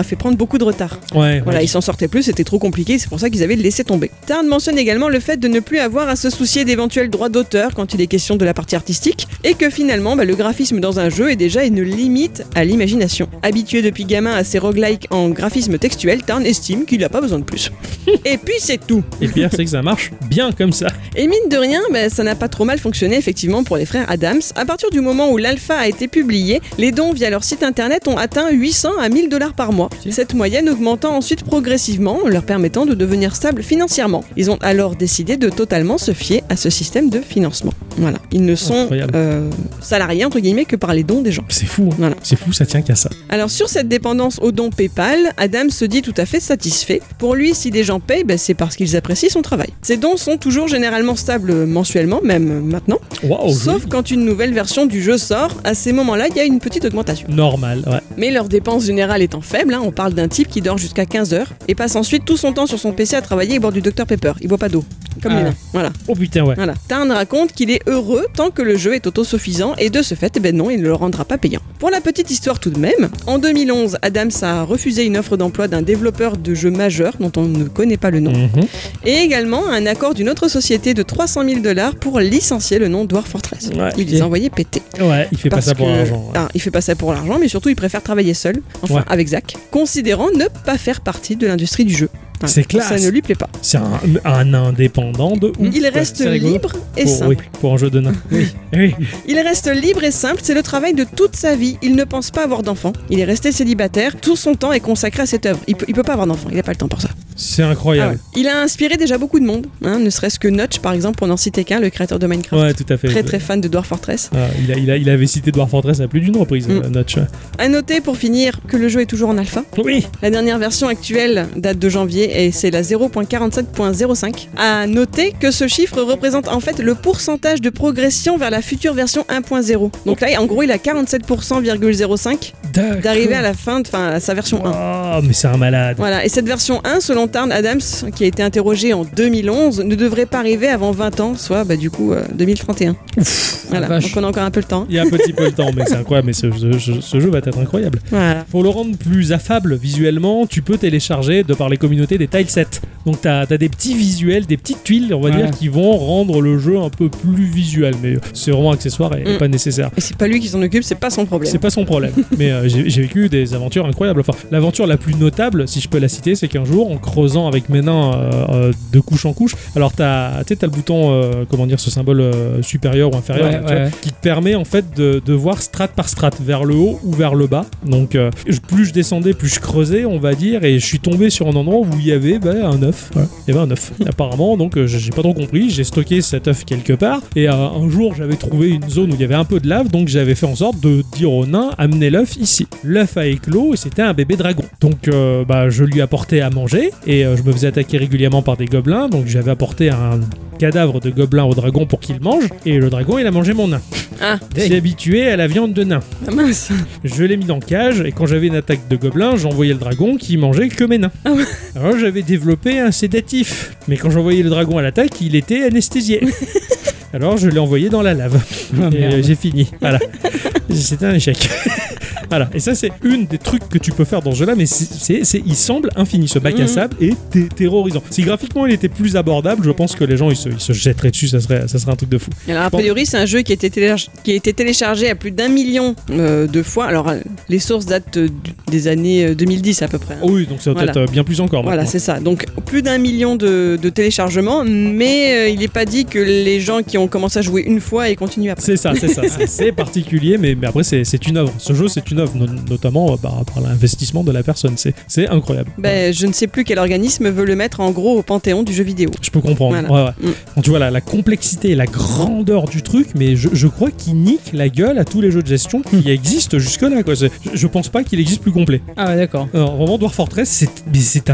fait prendre beaucoup de retard. Ouais, Voilà, ouais. ils s'en sortaient plus, c'était trop compliqué, c'est pour ça qu'ils avaient laissé tomber. Tarn mentionne également le fait de ne plus avoir à se soucier d'éventuels droits d'auteur quand il est question de la partie artistique, et que finalement, bah, le graphisme dans un jeu est déjà une limite à l'imagination. Habitué depuis gamin à ces roguelikes en graphisme textuel, Tarn estime qu'il n'a pas besoin de plus. Et puis c'est tout. Et le pire, c'est que ça marche bien comme ça. Et mine de rien, bah, ça n'a pas trop mal fonctionné effectivement pour les frères Adams. À partir du moment où l'alpha a été publié, les dons via leur site internet ont atteint huit cents à mille dollars par mois. Cette moyenne augmentant ensuite progressivement, leur permettant de devenir stables financièrement. Ils ont alors décidé de totalement se fier à ce système de financement. Voilà. Ils ne sont Incroyable. euh, salariés entre guillemets que par les dons des gens. C'est fou, hein. Voilà. C'est fou, ça tient qu'à ça. Alors sur cette dépendance aux dons PayPal, Adam se dit tout à fait satisfait. Pour lui, si des gens payent, ben, c'est parce qu'ils apprécient son travail. Ces dons sont toujours généralement stables mensuellement, même maintenant. Waouh, Sauf joli. quand une nouvelle version du jeu sort, à ces moments-là, il y a une petite augmentation. Normal, ouais. Mais leur dépense générale étant faible, hein, on parle d'un type qui dort jusqu'à quinze heures et passe ensuite tout son temps sur son P C à travailler et boire du docteur Pepper. Il boit pas d'eau, comme Ah. les nains. Voilà. Oh putain, ouais. Voilà. Tarn raconte qu'il est heureux tant que le jeu est autosuffisant et de ce fait, eh ben non, il ne le rendra pas payant. Pour la petite histoire tout de même, en deux mille onze, Adams a refusé une offre d'emploi d'un développeur de jeux majeur dont on ne connaît pas le nom, Mhm. et également un accord d'une autre société de trois cent mille dollars pour licencier le nom Dwarf Fortress. Ouais, Il ok. les a envoyés péter. Ouais, il fait Parce pas ça pour que- l'argent. ouais. Ah, il fait pas ça pour l'argent, mais surtout il préfère travailler seul, enfin Ouais. avec Zach, considérant ne pas faire partie de l'industrie du jeu. Voilà. C'est classe. Ça ne lui plaît pas. C'est un, un indépendant de ouf. Il quoi. reste C'est rigolo. libre et Pour, simple. oui, pour un jeu de nains. Oui. oui. Il reste libre et simple, c'est le travail de toute sa vie. Il ne pense pas avoir d'enfant. Il est resté célibataire. Tout son temps est consacré à cette œuvre. Il peut, il peut pas avoir d'enfant. Il n'a pas le temps pour ça. C'est Ah incroyable. ouais. Il a inspiré déjà beaucoup de monde, hein, ne serait-ce que Notch par exemple, pour n'en citer qu'un, le créateur de Minecraft. Ouais, tout à fait. Très très fan de Dwarf Fortress. Ah, il, a, il, a, il avait cité Dwarf Fortress à plus d'une reprise, Mm. euh, Notch. À noter pour finir que le jeu est toujours en alpha. Oui. La dernière version actuelle date de janvier et c'est la zéro point quarante-sept point zéro cinq. À noter que ce chiffre représente en fait le pourcentage de progression vers la future version un point zéro. Donc là, en gros, il a quarante-sept pour cent virgule zéro cinq D'accord. d'arriver à la fin, de, enfin à sa version un. Oh, mais c'est un malade. Voilà, et cette version un, selon Tarn Adams, qui a été interrogé en deux mille onze, ne devrait pas arriver avant vingt ans, soit bah, du coup euh, deux mille trente et un. Voilà, vache. donc on a encore un peu le temps. Il y a un petit peu le temps, mais c'est incroyable. Mais ce, ce- ce- ce jeu va être incroyable. Voilà. Pour le rendre plus affable visuellement, tu peux télécharger de par les communautés des tilesets. Donc t'as as des petits visuels, des petites tuiles, on va Ouais. dire, qui vont rendre le jeu un peu plus visuel. Mais c'est vraiment accessoire et Mm. pas nécessaire. Et c'est pas lui qui s'en occupe, c'est pas son problème. C'est pas son problème. Mais euh, j'ai j'ai vécu des aventures incroyables. Enfin, l'aventure la plus notable, si je peux la citer, c'est qu'un jour, en creusant avec mes nains euh, euh, de couche en couche, alors t'as tu sais, t'as le bouton, euh, comment dire, ce symbole euh, supérieur ou inférieur, Ouais, là, tu vois, ouais. qui te permet en fait de, de voir strate par strate, vers le haut ou vers le bas. Donc, euh, je- plus je descendais, plus je creusais, on va dire, et je suis tombé sur un endroit où il y avait bah, un œuf. Ouais. Il y avait un œuf, apparemment. Donc, euh, j'ai pas trop compris. J'ai stocké cet œuf quelque part. Et euh, un jour, j'avais trouvé une zone où il y avait un peu de lave, donc j'avais fait en sorte de dire au nain, amenez l'œuf ici. L'œuf a éclos et c'était un bébé dragon. Donc, euh, bah, je lui apportais à manger et euh, je me faisais attaquer régulièrement par des gobelins. Donc, j'avais apporté un cadavre de gobelin au dragon pour qu'il mange. Et le dragon, il a mangé mon nain. Ah, Il s'est habitué à la viande de nain. ah mince. Je l'ai mis dans le cage et quand j'avais une attaque de gobelin, j'envoyais le dragon qui mangeait que mes nains. Ah ouais. Alors j'avais développé un sédatif. Mais quand j'envoyais le dragon à l'attaque, il était anesthésié. Alors je l'ai envoyé dans la lave. Ah, Et merde. euh, j'ai fini. Voilà. C'était un échec. Voilà. Et ça, c'est une des trucs que tu peux faire dans ce jeu-là, mais c'est, c'est, c'est- il semble infini. Ce bac à Mhm. sable est té- terrorisant. Si graphiquement il était plus abordable, je pense que les gens ils se, ils se jetteraient dessus. Ça serait, ça serait un truc de fou. Alors a Bon. priori c'est un jeu qui a été, téléchargé, qui a été téléchargé à plus d'un million euh, de fois. Alors euh, les sources datent euh, du- des années euh, deux mille dix à peu près, hein. Oh oui, donc ça doit Voilà. être euh, bien plus encore. Voilà, maintenant. c'est ça. Donc plus d'un million de, de téléchargements, mais euh, il n'est pas dit que les gens qui ont commencé à jouer une fois et continuent après. C'est ça, c'est ça. C'est, c'est particulier, mais, mais après, c'est, c'est une œuvre. Ce jeu, c'est une œuvre, no- notamment euh, par, par l'investissement de la personne. C'est, c'est incroyable. Ben, je ne sais plus quel organisme veut le mettre en gros au panthéon du jeu vidéo. Je peux comprendre. Voilà. Ouais, ouais. Mm. Quand tu vois la, la complexité et la grandeur du truc, mais je, je crois qu'il nique la gueule à tous les jeux de gestion qui existent jusque-là. Quoi. C'est- je, je pense pas qu'il existe plus complet. Ah ouais, d'accord. Alors, vraiment, Dwarf Fortress, c'est, mais c'est un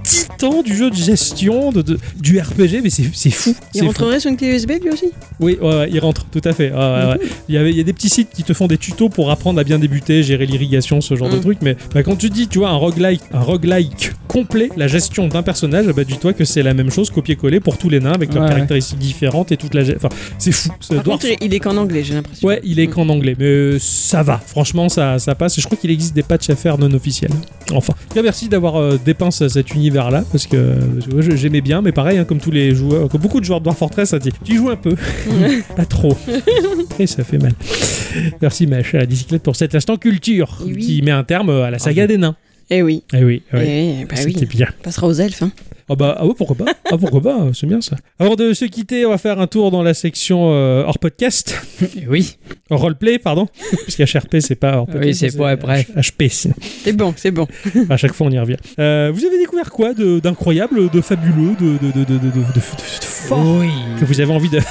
titan du jeu de gestion, de, de- du R P G, mais c'est, c'est fou. Il c'est rentrerait sur une clé U S B lui aussi? Oui, ouais, ouais, il rentre, tout à fait. Ouais, ouais, ouais. Il, y avait, il y a des petits sites qui te font des tutos pour apprendre à bien débuter, gérer l'irrigation, ce genre Mm. de truc. Mais bah, quand tu dis, tu vois, un roguelike, un roguelike complet, la gestion d'un personnage, bah, dis-toi que c'est la même chose, copier-coller pour tous les nains avec leurs Ouais, caractéristiques différentes et toute la. ge- Enfin, c'est fou. Ça Par doit- contre, il est qu'en anglais, j'ai l'impression. Ouais, il est qu'en anglais, mais euh, ça va. Franchement, ça, ça passe. Et je crois qu'il existe des patchs à faire non officiels. Enfin, en tout cas, merci d'avoir euh, dépeint ce- cet univers-là, parce que, parce que, ouais, j'aimais bien, mais pareil, hein, comme tous les joueurs, comme beaucoup de joueurs de Dwarf Fortress, ça dit, tu y joues un peu, pas trop. Et ça fait mal. Merci ma chère bicyclette pour cet instant culture Oui. qui met un terme à la saga des nains. Eh oui. Eh oui, oui. Eh, bah oui. C'était bien. On passera aux elfes. Hein. Ah bah ah ouais, pourquoi pas. Ah pourquoi pas, c'est bien ça. Avant de se quitter, on va faire un tour dans la section euh, hors podcast, Oui. hors roleplay, pardon. Puisqu'H R P c'est pas hors podcast. Oui, c'est pas- bref. H P. sinon. C'est bon, c'est bon. À chaque fois on y revient. Euh, vous avez découvert quoi de- d'incroyable, de fabuleux, de, de, de, de, de, de, de- de- de fort Oui. que vous avez envie de...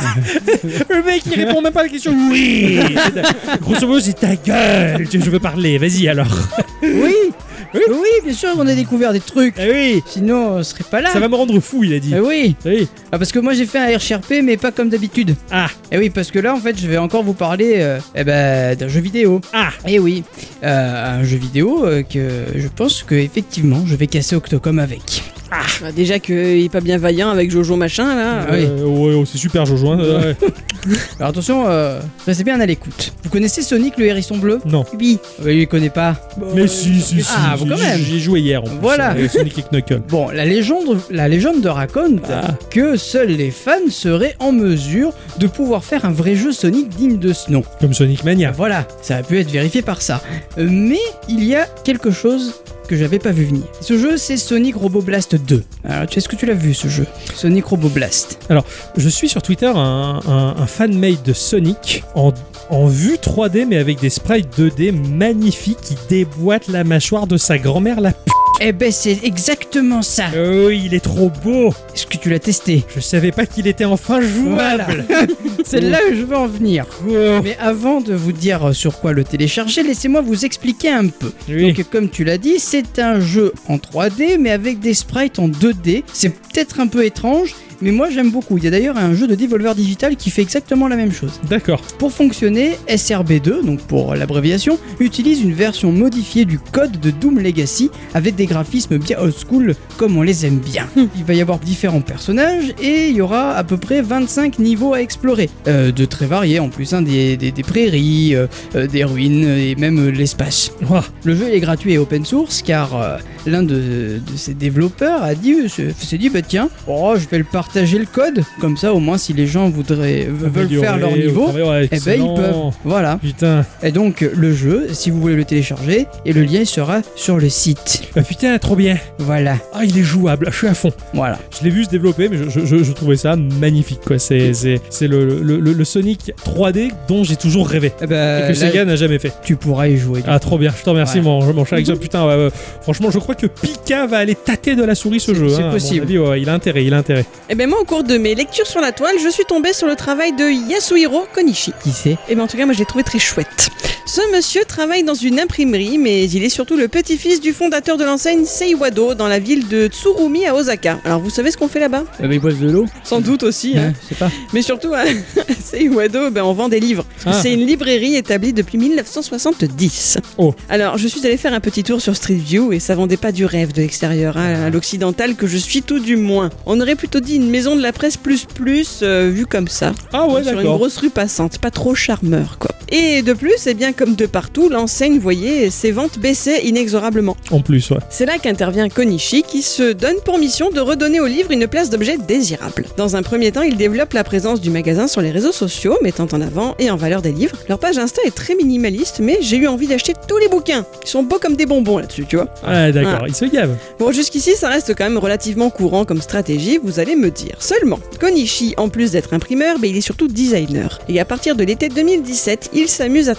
Le mec il répond même pas à la question. Oui. Grosso modo c'est ta gueule. Je veux parler. Vas-y alors. Oui. Oui, bien sûr, on a découvert des trucs. Ah oui. Sinon, on serait pas là. Ça va me rendre fou, il a dit. Ah oui. Oui. Ah, parce que moi j'ai fait un R P, mais pas comme d'habitude. Ah. Et oui, parce que là en fait je vais encore vous parler euh, eh ben, d'un jeu vidéo. Ah. Et oui, euh, un jeu vidéo euh, que je pense que effectivement je vais casser Octocom avec. Bah, déjà qu'il est pas bien vaillant avec Jojo machin là. Ah oui. Euh, ouais, ouais, c'est super Jojo. Hein. Ouais. Alors attention, euh, restez bien à l'écoute. Vous connaissez Sonic le hérisson bleu? Non. Oui. Oui, il connaît pas. Mais si, si, si. Ah, j'y- bon, quand même. J'y ai joué hier. En plus, Voilà. avec Sonic et Knuckles. Bon, la légende, la légende raconte Ah. que seuls les fans seraient en mesure de pouvoir faire un vrai jeu Sonic digne de ce nom. Comme Sonic Mania. Voilà, ça a pu être vérifié par ça. Euh, Mais il y a quelque chose que j'avais pas vu venir. Ce jeu, c'est Sonic Robo Blast deux. Alors, tu- est-ce que tu l'as vu ce jeu? Sonic Robo Blast. Je suis sur Twitter un, un, un fan-made de Sonic en, en vue trois D, mais avec des sprites deux D magnifiques qui déboîtent la mâchoire de sa grand-mère, la p. Eh ben, c'est exactement ça. Oh, il est trop beau. Est-ce que tu l'as testé? Je savais pas qu'il était enfin Voilà. jouable. C'est là où je veux en venir. Oh. Mais avant de vous dire sur quoi le télécharger, laissez-moi vous expliquer un peu. Oui. Donc, comme tu l'as dit, c'est un jeu en trois D, mais avec des sprites en deux D. C'est peut-être un peu étrange, mais moi j'aime beaucoup. Il y a d'ailleurs un jeu de Devolver Digital qui fait exactement la même chose. D'accord. Pour fonctionner, S R B deux, donc pour l'abréviation, utilise une version modifiée du code de Doom Legacy avec des graphismes bien old school comme on les aime bien. Il va y avoir différents personnages et il y aura à peu près vingt-cinq niveaux à explorer, euh, de très variés en plus, hein, des, des- des prairies, euh, euh, des ruines et même euh, l'espace. Ouah. Le jeu est gratuit et open source car euh, l'un de, de ses développeurs a dit, s'est s'est dit bah tiens, oh, je vais le partager le code, comme ça au moins si les gens voudraient veulent faire leur Améliorer, niveau, ouais, ouais, eh ben ils excellent. peuvent. Voilà. Putain. Et donc le jeu, si vous voulez le télécharger, et le lien sera sur le site. Ah, putain, trop bien. Voilà, Ah, il est jouable. Je suis à fond. voilà. Je l'ai vu se développer, mais je, je- je trouvais ça magnifique. Quoi. C'est, c'est, c'est le, le, le- le Sonic trois D dont j'ai toujours rêvé. Eh ben, Et que là, Sega n'a jamais fait. tu pourras y jouer. Ah, trop bien. Je te remercie, Ouais. mon, mon cher Exo. Putain, ouais, ouais. Franchement, je crois que Pika va aller tâter de la souris ce C'est- jeu. c'est hein, à mon possible. avis, ouais, il a intérêt, il a intérêt. Et ben moi, au cours de mes lectures sur la toile, je suis tombée sur le travail de Yasuhiro Konishi. Qui c'est? Et ben en tout cas, moi je l'ai trouvé très chouette. Ce monsieur travaille dans une imprimerie, mais il est surtout le petit-fils du fondateur de l'enseigne Seiwado dans la ville de Tsurumi à Osaka. Alors vous savez ce qu'on fait là-bas? Eh ben, il bosse de l'eau. Sans doute aussi, hein. Je sais pas. Mais surtout, à Seiwado, ben, on vend des livres. Ah. C'est une librairie établie depuis mille neuf cent soixante-dix. Oh. Alors, je suis allée faire un petit tour sur Street View et ça vendait pas du rêve de l'extérieur, hein, à l'occidental que je suis tout du moins. On aurait plutôt dit une maison de la presse plus plus, euh, vue comme ça. Ah ouais, sur une d'accord. grosse rue passante, pas trop charmeur, quoi. Et de plus, eh bien comme de partout, l'enseigne, vous voyez, ses ventes baissaient inexorablement. En plus, ouais. C'est là qu'intervient Konishi qui se donne pour mission de redonner au livre une place d'objet désirable. Dans un premier temps, il développe la présence du magasin sur les réseaux sociaux, mettant en avant et en valeur des livres. Leur page Insta est très minimaliste, mais j'ai eu envie d'acheter tous les bouquins. Ils sont beaux comme des bonbons là-dessus, tu vois. Ah, d'accord, Ah. il se gave. Bon, jusqu'ici, ça reste quand même relativement courant comme stratégie, vous allez me dire. Seulement, Konishi, en plus d'être imprimeur, ben, il est surtout designer. Et à partir de l'été deux mille dix-sept, il s'amuse à transformer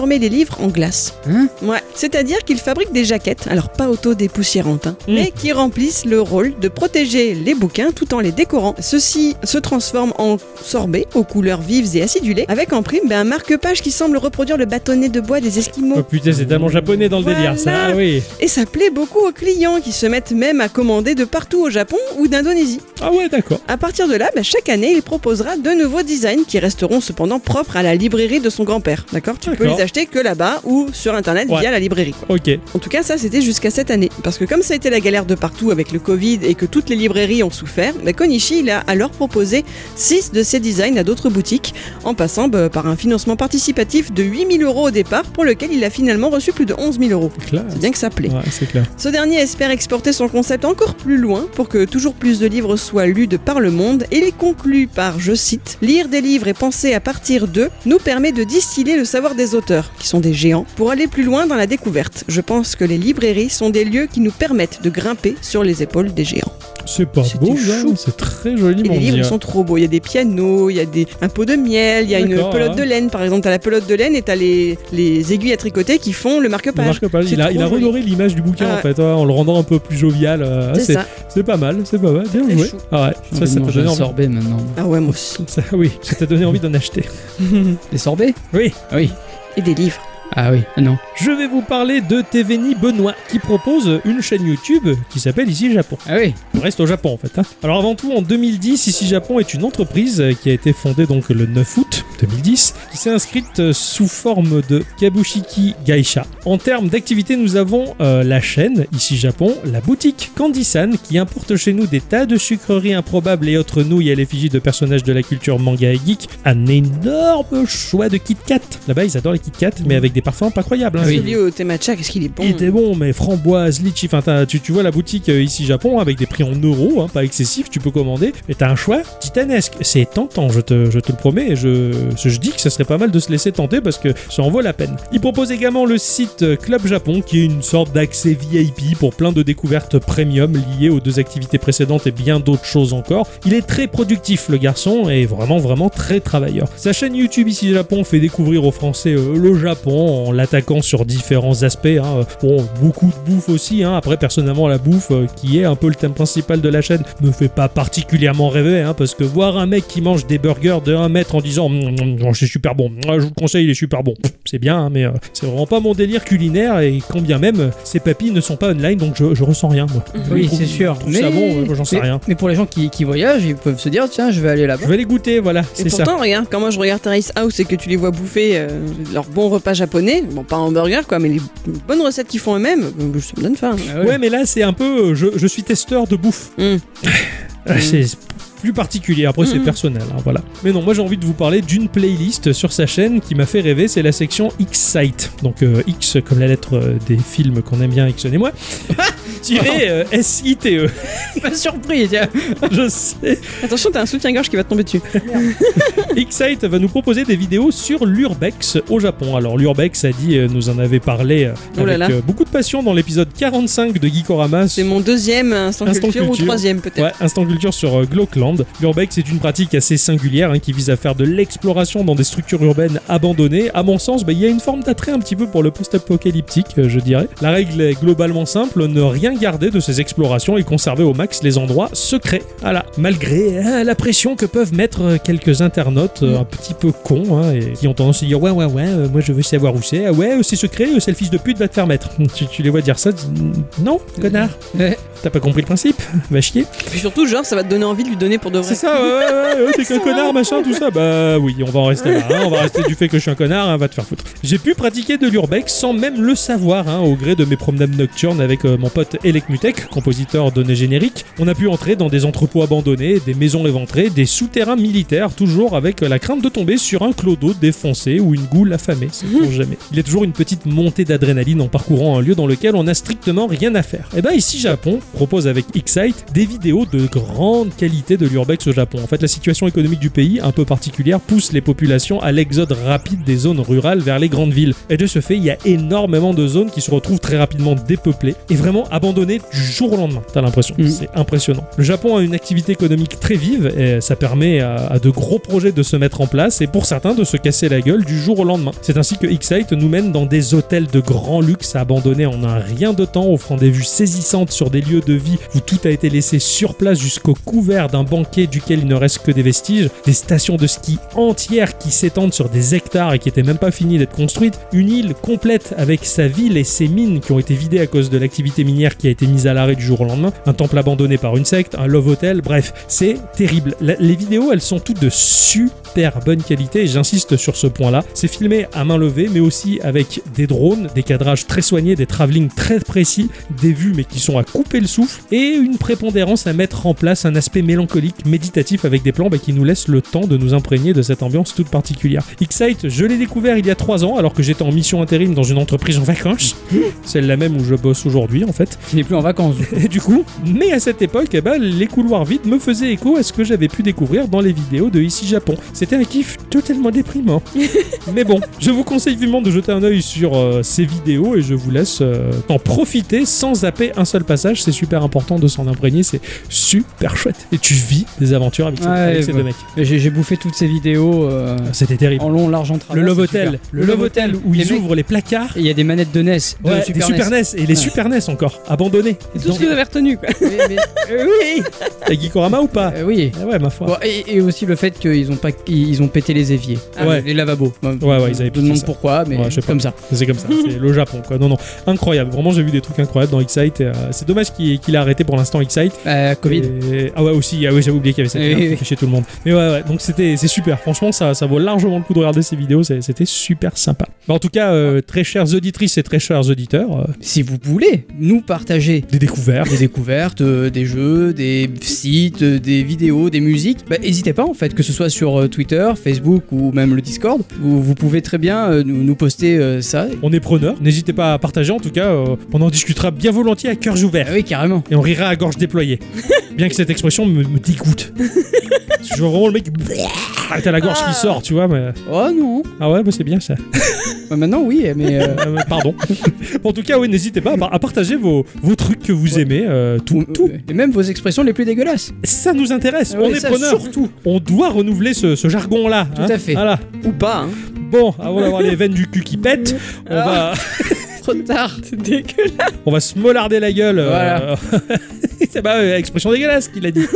transformer les livres en glace. Hein? Ouais, c'est-à-dire qu'ils fabriquent des jaquettes, alors pas auto-dépoussiérantes, hein, Mmh. mais qui remplissent le rôle de protéger les bouquins tout en les décorant. Ceux-ci se transforment en sorbets aux couleurs vives et acidulées, avec en prime ben, un marque-page qui semble reproduire le bâtonnet de bois des Esquimaux. Oh putain, c'est tellement japonais dans le Voilà. délire, ça. Ah oui. Et ça plaît beaucoup aux clients qui se mettent même à commander de partout au Japon ou d'Indonésie. Ah ouais, d'accord. À partir de là, ben, chaque année, il proposera de nouveaux designs qui resteront cependant propres à la librairie de son grand-père. D'accord ? Tu peux D'accord. les acheter que là-bas ou sur internet Ouais. via la librairie. Quoi. Ok. En tout cas, ça c'était jusqu'à cette année. Parce que comme ça a été la galère de partout avec le Covid et que toutes les librairies ont souffert, bah, Konishi il a alors proposé six de ses designs à d'autres boutiques, en passant bah, par un financement participatif de huit mille euros au départ, pour lequel il a finalement reçu plus de onze mille euros. Classe. C'est bien que ça plaît. Ouais, c'est clair. Ce dernier espère exporter son concept encore plus loin pour que toujours plus de livres soient lus de par le monde, et il conclut par, je cite, « Lire des livres et penser à partir d'eux nous permet de distiller le savoir des auteurs, qui sont des géants, pour aller plus loin dans la découverte. Je pense que les librairies sont des lieux qui nous permettent de grimper sur les épaules des géants. » C'est pas C'était beau, chou. hein, c'est très joli. Et les livres ils sont trop beaux. Il y a des pianos, il y a des, un pot de miel, il y a une D'accord, pelote ouais. de laine. Par exemple, t'as la pelote de laine et t'as les, les aiguilles à tricoter qui font le marque-page. Marque-page. C'est Il a, trop il a joli. redoré l'image du bouquin Ah en ouais. fait, ouais, en le rendant un peu plus jovial. euh, C'est c'est, ça. c'est pas mal, c'est pas mal. Bien C'est joué. chou. Ah ouais, J'ai ça, envie ça de t'a manger donné un envie. sorbet maintenant. Ah ouais, moi aussi. Ça, oui, ça t'a donné envie d'en acheter. Des sorbets? Oui. Ah oui. Et des livres. Ah oui. Ah non. Je vais vous parler de Teveni Benoît qui propose une chaîne YouTube qui s'appelle Ici Japon. Ah oui. On reste au Japon en fait. Hein. Alors avant tout, en deux mille dix, Ici Japon est une entreprise qui a été fondée donc le neuf août deux mille dix, qui s'est inscrite sous forme de Kabushiki Gaisha. En termes d'activité, nous avons euh, la chaîne Ici Japon, la boutique Candy-san qui importe chez nous des tas de sucreries improbables et autres nouilles à l'effigie de personnages de la culture manga et geek, un énorme choix de Kit Kat. Là-bas, ils adorent les Kit Kat, mais avec des parfums pas croyables. Hein. Oui. Celui au thé matcha, qu'est-ce qu'il est bon. Il était bon, mais framboise, litchi, enfin t'as- tu, tu vois la boutique euh, ici Japon avec des prix en euros, hein, pas excessifs, tu peux commander, et t'as un choix titanesque. C'est tentant, je te, je te le promets, et je, je, je dis que ça serait pas mal de se laisser tenter parce que ça en vaut la peine. Il propose également le site euh, Club Japon, qui est une sorte d'accès V I P pour plein de découvertes premium liées aux deux activités précédentes et bien d'autres choses encore. Il est très productif, le garçon, et vraiment, vraiment très travailleur. Sa chaîne YouTube ici Japon fait découvrir aux Français euh, le Japon en l'attaquant sur différents aspects. Hein. Bon, beaucoup de bouffe aussi. Hein. Après, personnellement, la bouffe, euh, qui est un peu le thème principal de la chaîne, me fait pas particulièrement rêver. Hein, parce que voir un mec qui mange des burgers de un mètre en disant mmm, c'est super bon, je vous le conseille, il est super bon, c'est bien, hein, mais euh, c'est vraiment pas mon délire culinaire. Et quand bien même, euh, ces papilles ne sont pas online, donc je, je ressens rien. Moi. Oui, Je trouve- c'est sûr. je trouve ça bon, ouais, j'en sais mais, rien. mais pour les gens qui, qui voyagent, ils peuvent se dire tiens, je vais aller là-bas. Je vais les goûter, voilà, Et c'est ça. pourtant, regarde, quand moi je regarde Terrace House et que tu les vois bouffer euh, leur bon repas japonais, bon, pas en burger quoi, mais les bonnes recettes qu'ils font eux-mêmes, euh, ça me donne faim. Ah Ouais, mais là, c'est un peu. euh, Je, je suis testeur de bouffe. Mm. Ah, C'est plus particulier, après c'est Mhm. personnel, hein, voilà. Mais non, moi j'ai envie de vous parler d'une playlist sur sa chaîne qui m'a fait rêver, c'est la section X-Site. Donc euh, X comme la lettre euh, des films qu'on aime bien, Ixon et moi, tiré euh, S I T E. Pas surpris, tiens. Je sais. Attention, t'as un soutien-gorge qui va te tomber dessus. X-Site va nous proposer des vidéos sur l'urbex au Japon. Alors l'urbex, a dit, euh, nous en avait parlé euh, Oh là avec là. euh, beaucoup de passion dans l'épisode quarante-cinq de Geekorama. C'est mon deuxième instant, Instant culture, culture. ou troisième peut-être. Ouais, Instant Culture sur euh, Glockland. L'urbex c'est une pratique assez singulière hein, qui vise à faire de l'exploration dans des structures urbaines abandonnées. À mon sens, bah, il y a une forme d'attrait un petit peu pour le post-apocalyptique, euh, je dirais. La règle est globalement simple, ne rien garder de ces explorations et conserver au max les endroits secrets. Voilà. Malgré euh, la pression que peuvent mettre euh, quelques internautes euh, un petit peu cons hein, et qui ont tendance à dire ouais ouais ouais, euh, moi je veux savoir où c'est. Ah ouais, euh, c'est secret, euh, c'est le fils de pute va te faire mettre. tu, tu les vois dire ça, tu dis, non, connard. Ouais. T'as pas compris le principe? Va chier. Et puis surtout, genre, ça va te donner envie de lui donner pour de vrai. C'est ça, ouais, ouais, ouais, t'es qu'un connard, machin, tout ça. Bah oui, on va en rester là. Hein, on va rester du fait que je suis un connard, hein, va te faire foutre. J'ai pu pratiquer de l'urbex sans même le savoir, hein, au gré de mes promenades nocturnes avec euh, mon pote Elec Mutek, compositeur donné générique. On a pu entrer dans des entrepôts abandonnés, des maisons éventrées, des souterrains militaires, toujours avec euh, la crainte de tomber sur un clodo défoncé ou une goule affamée, c'est pour jamais. Il y a toujours une petite montée d'adrénaline en parcourant un lieu dans lequel on n'a strictement rien à faire. Et ben ici Japon propose avec X-Site des vidéos de grande qualité de l'urbex au Japon. En fait, la situation économique du pays, un peu particulière, pousse les populations à l'exode rapide des zones rurales vers les grandes villes. Et de ce fait, il y a énormément de zones qui se retrouvent très rapidement dépeuplées et vraiment abandonnées du jour au lendemain. T'as l'impression. Mmh. C'est impressionnant. Le Japon a une activité économique très vive et ça permet à, à de gros projets de se mettre en place et pour certains de se casser la gueule du jour au lendemain. C'est ainsi que Excite nous mène dans des hôtels de grand luxe abandonnés en un rien de temps, offrant des vues saisissantes sur des lieux de vie où tout a été laissé sur place jusqu'au couvert d'un banquet duquel il ne reste que des vestiges, des stations de ski entières qui s'étendent sur des hectares et qui n'étaient même pas finies d'être construites, une île complète avec sa ville et ses mines qui ont été vidées à cause de l'activité minière qui a été mise à l'arrêt du jour au lendemain, un temple abandonné par une secte, un love hotel, bref, c'est terrible. La, les vidéos, elles sont toutes de super bonne qualité et j'insiste sur ce point-là. C'est filmé à main levée mais aussi avec des drones, des cadrages très soignés, des travelling très précis, des vues mais qui sont à couper le souffle et une prépondérance à mettre en place, un aspect mélancolique, méditatif avec des plans bah, qui nous laissent le temps de nous imprégner de cette ambiance toute particulière. Excite, je l'ai découvert il y a trois ans alors que j'étais en mission intérim dans une entreprise en vacances, celle-là même où je bosse aujourd'hui en fait. Tu n'es plus en vacances. Et du coup, mais à cette époque, eh ben, les couloirs vides me faisaient écho à ce que j'avais pu découvrir dans les vidéos de Ici Japon. C'était un kiff totalement déprimant. Mais bon, je vous conseille vivement de jeter un œil sur euh, ces vidéos et je vous laisse euh, en profiter sans zapper un seul passage. C'est super important de s'en imprégner, c'est super chouette. Et tu vis des aventures avec, ouais, avec ces bah, deux mecs. J'ai, j'ai bouffé toutes ces vidéos euh, C'était terrible. En long, large, en travers. Le Love Hotel, le Love Hotel où ils mecs, ouvrent les placards. Et il y a des manettes de N E S, de ouais, Super des Super N E S, et les ouais. Super N E S encore, abandonnés. C'est tout ce que vous avez retenu, quoi. Oui, mais, euh, oui. T'as Geekorama ou pas euh, Oui. Ah ouais, ma foi. Bon, et, et aussi le fait qu'ils ont pas, ils ont pété les éviers, ah, ouais. les lavabos. Ouais, ouais, ils avaient Je me demande pourquoi, mais ouais, c'est comme ça. C'est comme ça, c'est le Japon, quoi. Non, non, incroyable. Vraiment, j'ai vu des trucs incroyables dans Excite. Euh, c'est dommage qu'il, qu'il a arrêté pour l'instant Excite. Euh, Covid. Et... Ah ouais, aussi. Ah ouais, j'avais oublié qu'il y avait ça. Oui, qui oui. fait chier tout le monde. Mais ouais, ouais. Donc c'était, c'est super. Franchement, ça, ça vaut largement le coup de regarder ces vidéos. C'est, c'était super sympa. Mais en tout cas, euh, très chères auditrices et très chers auditeurs, euh, si vous voulez nous partager des découvertes, des découvertes, euh, des jeux, des sites, euh, des vidéos, des musiques, bah, n'hésitez pas en fait, que ce soit sur euh, Twitter, Facebook ou même le Discord, vous, vous pouvez très bien euh, nous, nous poster euh, ça. On est preneurs. N'hésitez pas à partager. En tout cas, euh, on en discutera bien volontiers à cœurs ouverts. Ah oui, carrément. Et on rira à gorge déployée. Bien que cette expression me, me dégoûte. Je vois vraiment le mec. Ah, t'as la gorge qui sort, tu vois. Mais... Oh non. Ah ouais, bah c'est bien ça. Bah maintenant, oui, mais. Euh... Euh, pardon. En tout cas, oui, n'hésitez pas à, à partager vos, vos trucs que vous ouais. aimez. Euh, tout, Ou, tout. Et même vos expressions les plus dégueulasses. Ça nous intéresse. Ah on ouais, est ça, preneurs. surtout. On doit renouveler ce, ce jargon-là. Tout hein. à fait. Voilà. Ou pas, hein. Bon, avant d'avoir les veines du cul qui pètent, on va. Trop tard. C'est dégueulasse. On va se mollarder la gueule. Voilà. Euh... c'est pas euh, expression dégueulasse qu'il a dit.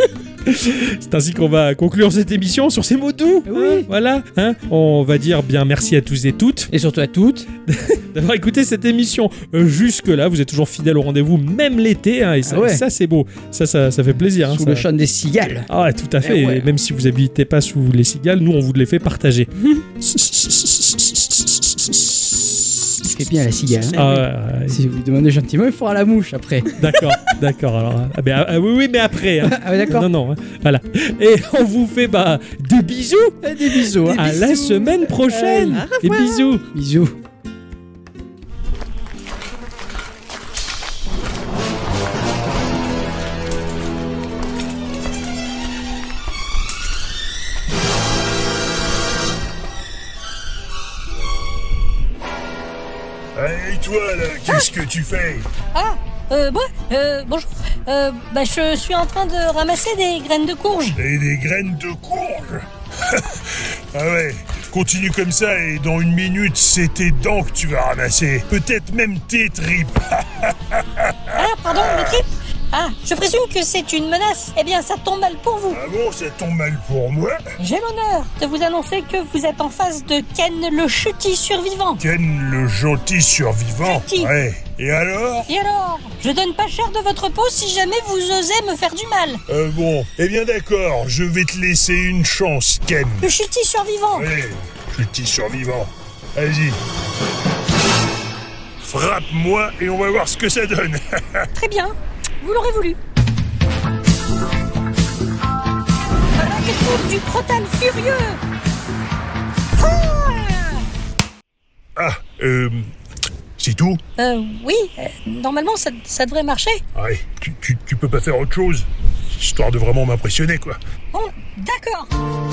C'est ainsi qu'on va conclure cette émission sur ces mots doux. Oui. Hein, voilà. Hein, on va dire bien merci à tous et toutes Et surtout à toutes. d'avoir écouté cette émission euh, jusque-là. Vous êtes toujours fidèles au rendez-vous, même l'été. Hein, et ça, Ah ouais. ça, c'est beau. Ça, ça, ça fait plaisir. Hein, Sous ça... le chant des cigales. Ah ouais, tout à fait. Eh ouais. Et même si vous habitez pas sous les cigales, nous, on vous les fait partager. Il fait bien la cigale. Hein. Ah ouais, ouais, ouais. Si vous demandez gentiment, il faudra la mouche après. D'accord, d'accord. Alors, ah, ben, ah, oui, oui, mais après. Hein. Ah ouais, d'accord. Non, non. Hein. Voilà. Et on vous fait bah, des bisous. Des bisous. Hein. À la semaine prochaine. Au Et revoir. bisous. Bisous. Et toi là, qu'est-ce que tu fais? Ah, euh, moi, euh, bonjour. Euh, bah, je suis en train de ramasser des graines de courge. Et des graines de courge? Ah ouais, continue comme ça et dans une minute, c'est tes dents que tu vas ramasser. Peut-être même tes tripes. Ah, pardon, mes tripes? Ah, je présume que c'est une menace. Eh bien, ça tombe mal pour vous. Ah bon, ça tombe mal pour moi? J'ai l'honneur de vous annoncer que vous êtes en face de Ken le chutis survivant. Ken le gentil survivant. Gentil. Ouais. Et alors? Et alors? Je donne pas cher de votre peau si jamais vous osez me faire du mal. Euh bon, eh bien d'accord, je vais te laisser une chance, Ken. Le chutis survivant. Allez, petit survivant. Vas-y. Frappe-moi et on va voir ce que ça donne. Très bien. Vous l'aurez voulu. Voilà, technique du crotal furieux. Ah, Ah, euh... c'est tout? Euh, oui. euh, normalement, ça, ça devrait marcher. Ouais, tu, tu, tu peux pas faire autre chose? histoire de vraiment m'impressionner, quoi. Bon, d'accord.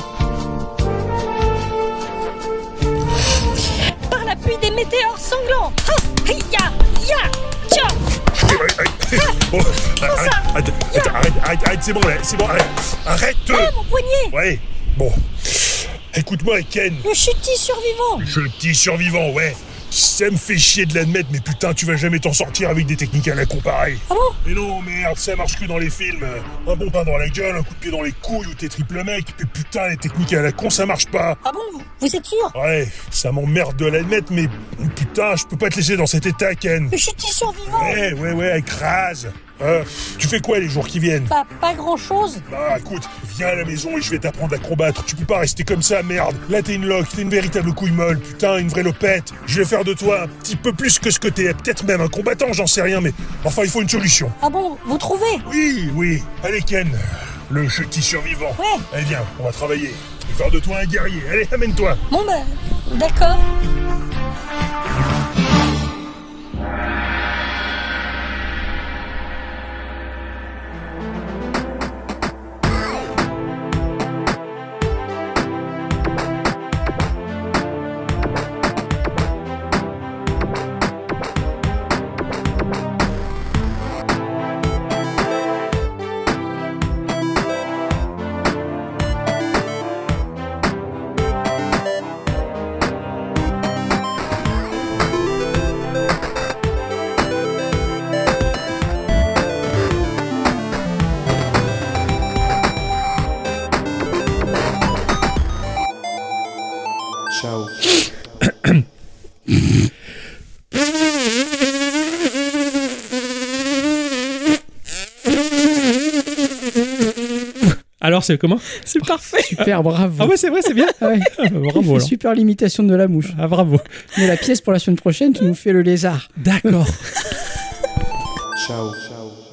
Par l'appui des météores sanglants. Ha, ya, ya, tiens. Bon, arrête, arrête, arrête, arrête, arrête, c'est bon, là, c'est bon, arrête, arrête. Ah, mon poignet. Ouais, bon. Écoute-moi, Ken. Le chutis survivant. Le petit survivant, ouais. Ça me fait chier de l'admettre, mais putain, tu vas jamais t'en sortir avec des techniques à la con pareil. Ah bon? Mais non, merde, ça marche que dans les films. Un bon pain dans la gueule, un coup de pied dans les couilles ou t'es triple mec. Mais putain, les techniques à la con, ça marche pas. Ah bon, vous, vous êtes sûr? Ouais, ça m'emmerde de l'admettre, mais putain, je peux pas te laisser dans cet état, Ken. Le chutis survivant. Ouais, ouais, ouais, écrase. Euh, tu fais quoi les jours qui viennent? Bah, pas grand chose. Bah écoute, viens à la maison et je vais t'apprendre à combattre. Tu peux pas rester comme ça, merde. Là t'es une loque, t'es une véritable couille molle, putain, une vraie lopette. Je vais faire de toi un petit peu plus que ce que t'es, peut-être même un combattant, j'en sais rien, mais enfin il faut une solution. Ah bon, vous trouvez? Oui, oui. Allez Ken, le chutis survivant. Ouais. Allez viens, on va travailler. Je vais faire de toi un guerrier. Allez, amène-toi. Bon bah, d'accord. Ciao. Alors, c'est comment? C'est parfait. Super, bravo. Ah ouais, c'est vrai, c'est bien. Ouais. Ah, bah, Tu bravo fais alors. super l'imitation de la mouche. Ah, bravo. Mais la pièce pour la semaine prochaine, tu nous fais le lézard. D'accord. Ciao. Ciao.